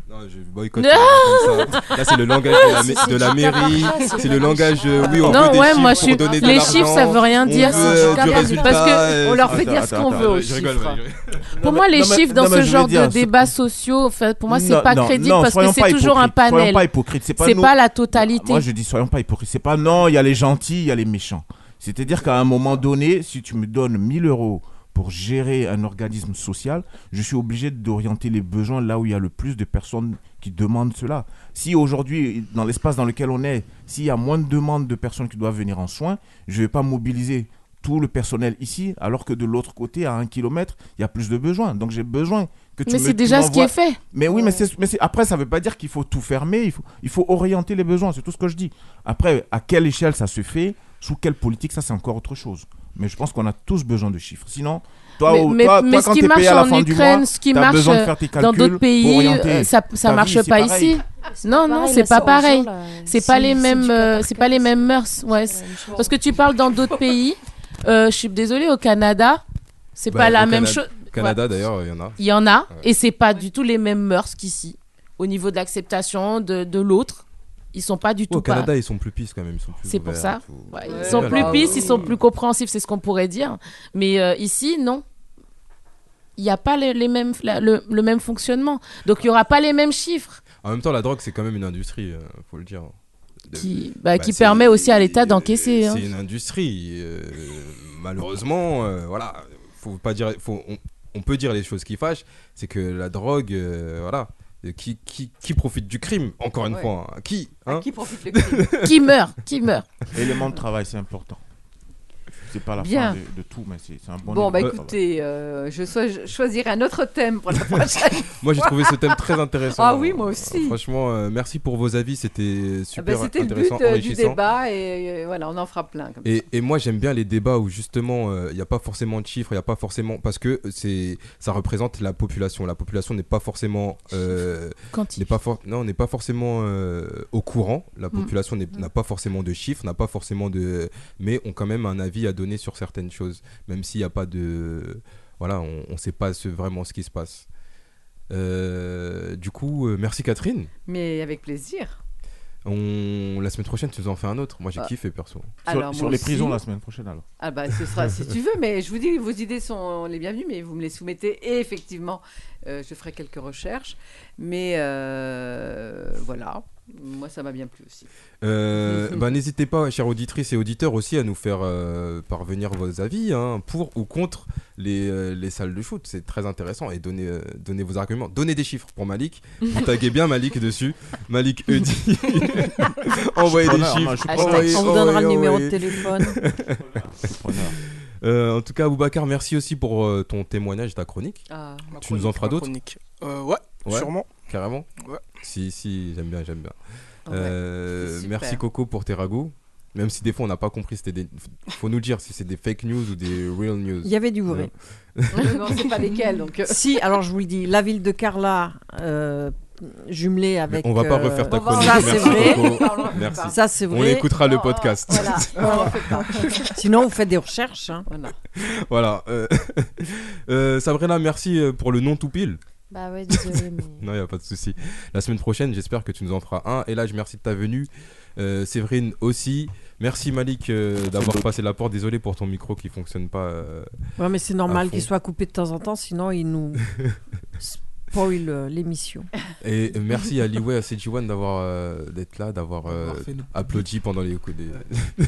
Non, je boycotte. Comme ça. Là, c'est le langage de la, Si, ma- si, de la tu mairie. captes, C'est le langage. euh, oui, on Non, veut des ouais, chiffres moi, je pour suis- donner de les l'argent, chiffres, ça veut rien on dire, veut, si tu euh, captes. du résultat, Parce que euh, on leur fait attends, dire ce attends, qu'on attends, veut aux je rigole, chiffres. ouais, je- Pour Non, moi, mais- les non, mais- chiffres dans non, mais ce je veux genre dire, de c'est- débats sociaux, en fait, pour moi, c'est Non, pas non, crédible non, parce que soyons c'est pas toujours un hypocrites, soyons panel. pas hypocrites, c'est pas C'est nous- pas la totalité. Moi, je dis, soyons pas hypocrites. C'est pas non, il y a les gentils, il y a les méchants. C'est-à-dire qu'à un moment donné, si tu me donnes mille euros pour gérer un organisme social, je suis obligé d'orienter les besoins là où il y a le plus de personnes qui demandent cela. Si aujourd'hui, dans l'espace dans lequel on est, s'il y a moins de demandes de personnes qui doivent venir en soins, je ne vais pas mobiliser tout le personnel ici, alors que de l'autre côté, à un kilomètre, il y a plus de besoins. Donc j'ai besoin que tu Mais me- c'est tu déjà ce qui m'envoies- est fait. Mais oui, mais, c'est, mais c'est- après, ça ne veut pas dire qu'il faut tout fermer, il faut, il faut orienter les besoins, c'est tout ce que je dis. Après, à quelle échelle ça se fait, sous quelle politique, ça c'est encore autre chose. Mais je pense qu'on a tous besoin de chiffres. Sinon, toi, mais, au- mais- toi, mais toi, ce quand qui t'es marche payé à la en fin du Ukraine, mois, ce qui t'as marche besoin de faire tes dans calculs d'autres pour pays, orienter euh, ça ça ta marche vie, c'est pas pareil. ici. Non, non, pareil, c'est là, pas c'est pareil. urgent, là. C'est Si- pas les si mêmes, du cas euh, par c'est cas, pas les c'est- mêmes mœurs. Ouais. c'est la même chose. Parce que tu parles dans d'autres pays. euh, je suis désolée, au Canada, c'est Bah, pas la au même Cana- chose. Canada, Ouais. d'ailleurs, il y en a. Il y en a, Ouais. et c'est pas du tout les mêmes mœurs qu'ici. Au niveau de l'acceptation de, de l'autre, ils sont pas du tout Au Canada, pas. ils sont plus pistes quand même. Ils sont plus C'est pour ouverts ça. et tout. Ouais, Ouais, ils sont bah plus oui. pistes, ils sont plus compréhensifs, c'est ce qu'on pourrait dire. Mais euh, ici, non. Il n'y a pas les, les mêmes, la- le, le même fonctionnement. Donc, il n'y aura pas les mêmes chiffres En même temps, la drogue, c'est quand même une industrie, euh, faut le dire. De- qui, bah, qui c'est- permet aussi à l'État d'encaisser. hein. C'est une industrie. euh, malheureusement, euh, voilà, faut pas dire, faut, on, on peut dire les choses qui fâchent. C'est que la drogue, euh, voilà, euh, qui, qui, qui profite du crime, encore une Ouais. fois, hein. Qui, hein À qui profite le crime? Qui meurt Qui meurt Élément de travail, c'est important. C'est pas la Bien. fin de, de tout, mais c'est, c'est un bon Bon, bah élément de écoutez, euh, je, so- je choisirai un autre thème pour la prochaine. Moi, j'ai trouvé ce thème très intéressant. Ah oui, moi aussi. Euh, franchement, euh, merci pour vos avis, c'était Ah super bah, c'était le but intéressant, euh, du enrichissant. débat et euh, voilà, on en fera plein. Comme ça. Et, et moi j'aime bien les débats où justement il n'y a pas forcément de chiffres, il n'y a pas forcément parce que c'est ça représente la population. La population n'est pas forcément euh, Quantique. n'est pas for- non n'est pas forcément euh, au courant. La Mm. population n'est- n'a pas forcément de chiffres, n'a pas forcément de mais ont quand même un avis à donner sur certaines choses, même s'il n'y a pas de voilà on ne sait pas ce- vraiment ce qui se passe. Euh, du coup euh, merci Catherine. Mais avec plaisir. On... La semaine prochaine, tu nous en fais un autre. Moi, j'ai Ah. kiffé, perso. Sur, Alors, sur moi les aussi. prisons la semaine prochaine, alors. Ah bah ce sera si tu veux, mais je vous dis, vos idées sont les bienvenues, mais vous me les soumettez et effectivement, euh, je ferai quelques recherches. Mais euh, voilà, moi ça m'a bien plu aussi. Euh, bah, n'hésitez pas, chères auditrices et auditeurs, aussi à nous faire euh, parvenir vos avis hein, pour ou contre les, euh, les salles de shoot. C'est très intéressant. Et donnez, euh, donnez vos arguments. Donnez des chiffres pour Malik. Vous taguez bien Malik dessus. Malik Eudi. Envoyez des Preneur, moi, je chiffres. suis preneur. Envoyez- On vous donnera le envoyez- numéro de envoyez. téléphone. Preneur. Euh, en tout cas, Boubacar, merci aussi pour euh, ton témoignage, ta chronique. Ah. Ma Tu nous en chronique, feras ma d'autres chronique. Euh, ouais, Ouais. sûrement. Carrément. Ouais. Si, si, j'aime bien, j'aime bien. Ouais, Euh, c'est super. merci Coco pour tes ragots. Même si des fois on n'a pas compris, c'était des... faut nous dire si c'est des fake news ou des real news. Il y avait du vrai. non, c'est pas lesquels donc. euh, Si, alors je vous le dis, la ville de Carla, euh, jumelée avec. on va pas euh, refaire ta on va- chronique. Ça, c'est Merci vrai. Coco. On en refait Merci. pas. Ça, c'est On vrai. écoutera le Non, podcast. Voilà, on en fait pas. Sinon, vous faites des recherches. hein. Voilà. Voilà. euh, euh, Sabrina, merci euh, pour le nom tout pile. Bah ouais, désolé, mais. Non, il n'y a pas de souci. La semaine prochaine, j'espère que tu nous en feras un. Et là, je merci de ta venue. Euh, Séverine aussi. Merci Malik euh, d'avoir passé la porte. Désolé pour ton micro qui fonctionne pas. euh, Ouais, mais c'est À normal fond. qu'il soit coupé de temps en temps, sinon il nous spoil euh, l'émission. Et merci à Liway, à C G un d'avoir euh, d'être là, d'avoir euh, D'avoir fait notre applaudi pendant les coups des.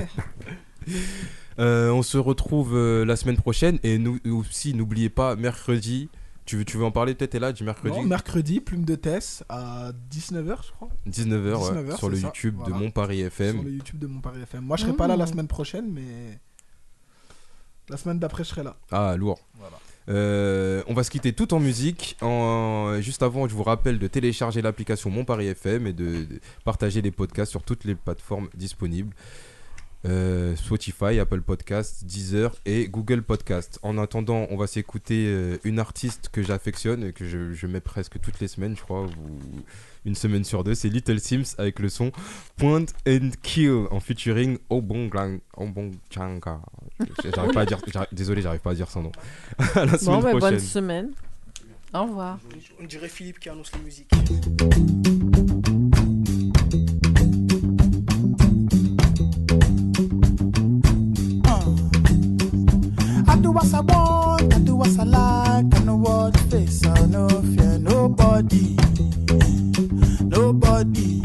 Euh, on se retrouve euh, la semaine prochaine et nous aussi n'oubliez pas mercredi. Tu veux, tu veux en parler peut-être, là du mercredi Non, mercredi, Plume de Tess à dix-neuf heures, je crois. dix-neuf heures, ouais, dix-neuf heures, sur le c'est ça, YouTube voilà. de Mon Paris F M. Sur le YouTube de Mon Paris F M. Moi, je serai pas là Mmh. la semaine prochaine, mais la semaine d'après, je serai là. Ah, lourd. Voilà. Euh, on va se quitter tout en musique. En... Juste avant, je vous rappelle de télécharger l'application Mon Paris F M et de, de partager les podcasts sur toutes les plateformes disponibles. Euh, Spotify, Apple Podcasts, Deezer et Google Podcasts. En attendant, on va s'écouter euh, une artiste que j'affectionne et que je, je mets presque toutes les semaines, je crois, ou une semaine sur deux. C'est Little Sims avec le son Point and Kill en featuring Obonglang Obongchanga. J'arrive pas à dire, j'arrive- désolé, j'arrive pas à dire son nom. À la semaine Bon, bah, prochaine. bonne semaine. Au revoir. On dirait Philippe qui annonce les musiques. I do what I want, I do what I like, I know what face, I no fear nobody, nobody.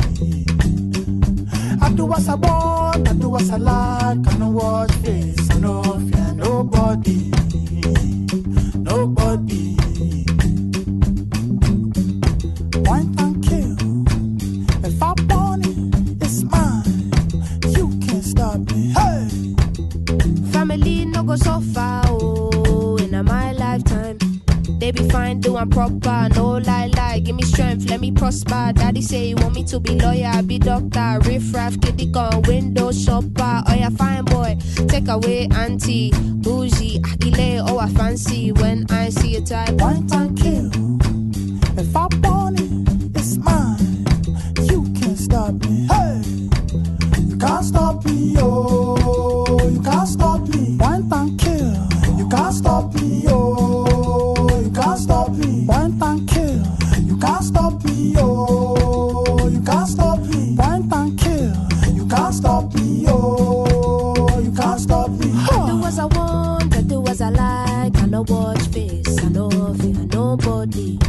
I do what I want, I do what I like, I know what face, I no fear nobody, nobody. Point and kill, if I want it, it's mine, you can't stop me, hey. Family no go so far, oh, in my lifetime. They be fine, doing proper, no lie, lie. Give me strength, let me prosper. Daddy say he want me to be lawyer, I be doctor. Riff raff, kitty gun, window shopper. Oh yeah, fine boy, take away auntie, bougie, agile, oh I fancy. When I see a type, point and kill. If I want it, it's mine. You can't stop me, hey. You can't stop me, oh. You can't stop me, point and kill. You can't stop me, oh. You can't stop me, point and kill. You can't stop me, oh. You can't stop me, point and kill. You can't stop me, oh. You can't stop me. I do as I want, I do as I like. I no watch face, I no fear nobody,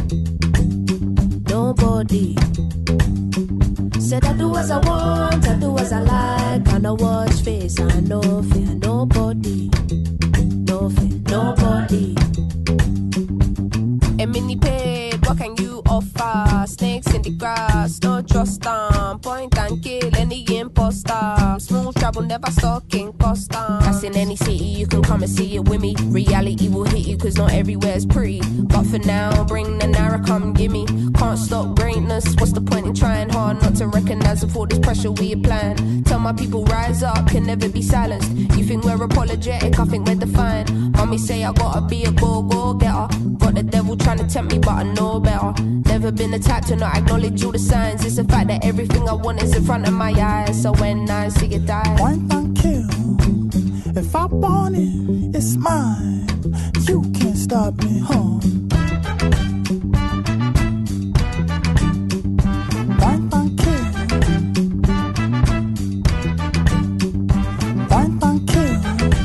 nobody. Said I do as I want, I do as I like. I no watch face, I no fear nobody, no fear nobody. A mini paid, what can you offer? Snakes in the grass, no trust them. Point and kill any imposter. Smooth travel, never stalking Costa. That's in any city, you can come and see it with me. Reality will hit you, cause not everywhere's pretty. But for now, bring the Naira, come gimme. Can't stop greatness, what's the point in trying hard not to recognize all this pressure we applying? Tell my people rise up, can never be silenced. You think we're apologetic, I think we're defiant. Mommy say I gotta be a go-go-getter. Got the devil trying to tempt me, but I know better. Never been the type to not acknowledge all the signs. It's the fact that everything I want is in front of my eyes. So when I see it die, point and kill. If I want it, it's mine. You can't stop me, huh? Point and kill. Point and kill.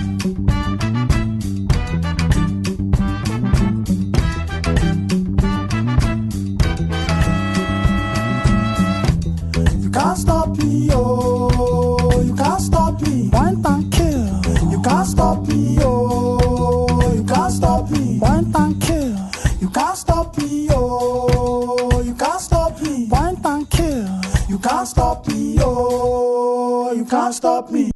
You can't stop me, oh. You can't stop me. Point and kill. You can't stop me, oh. You can't stop me. Point and kill. You can't stop me, oh. You can't stop me. Point and kill. You can't stop me, oh. You can't stop me.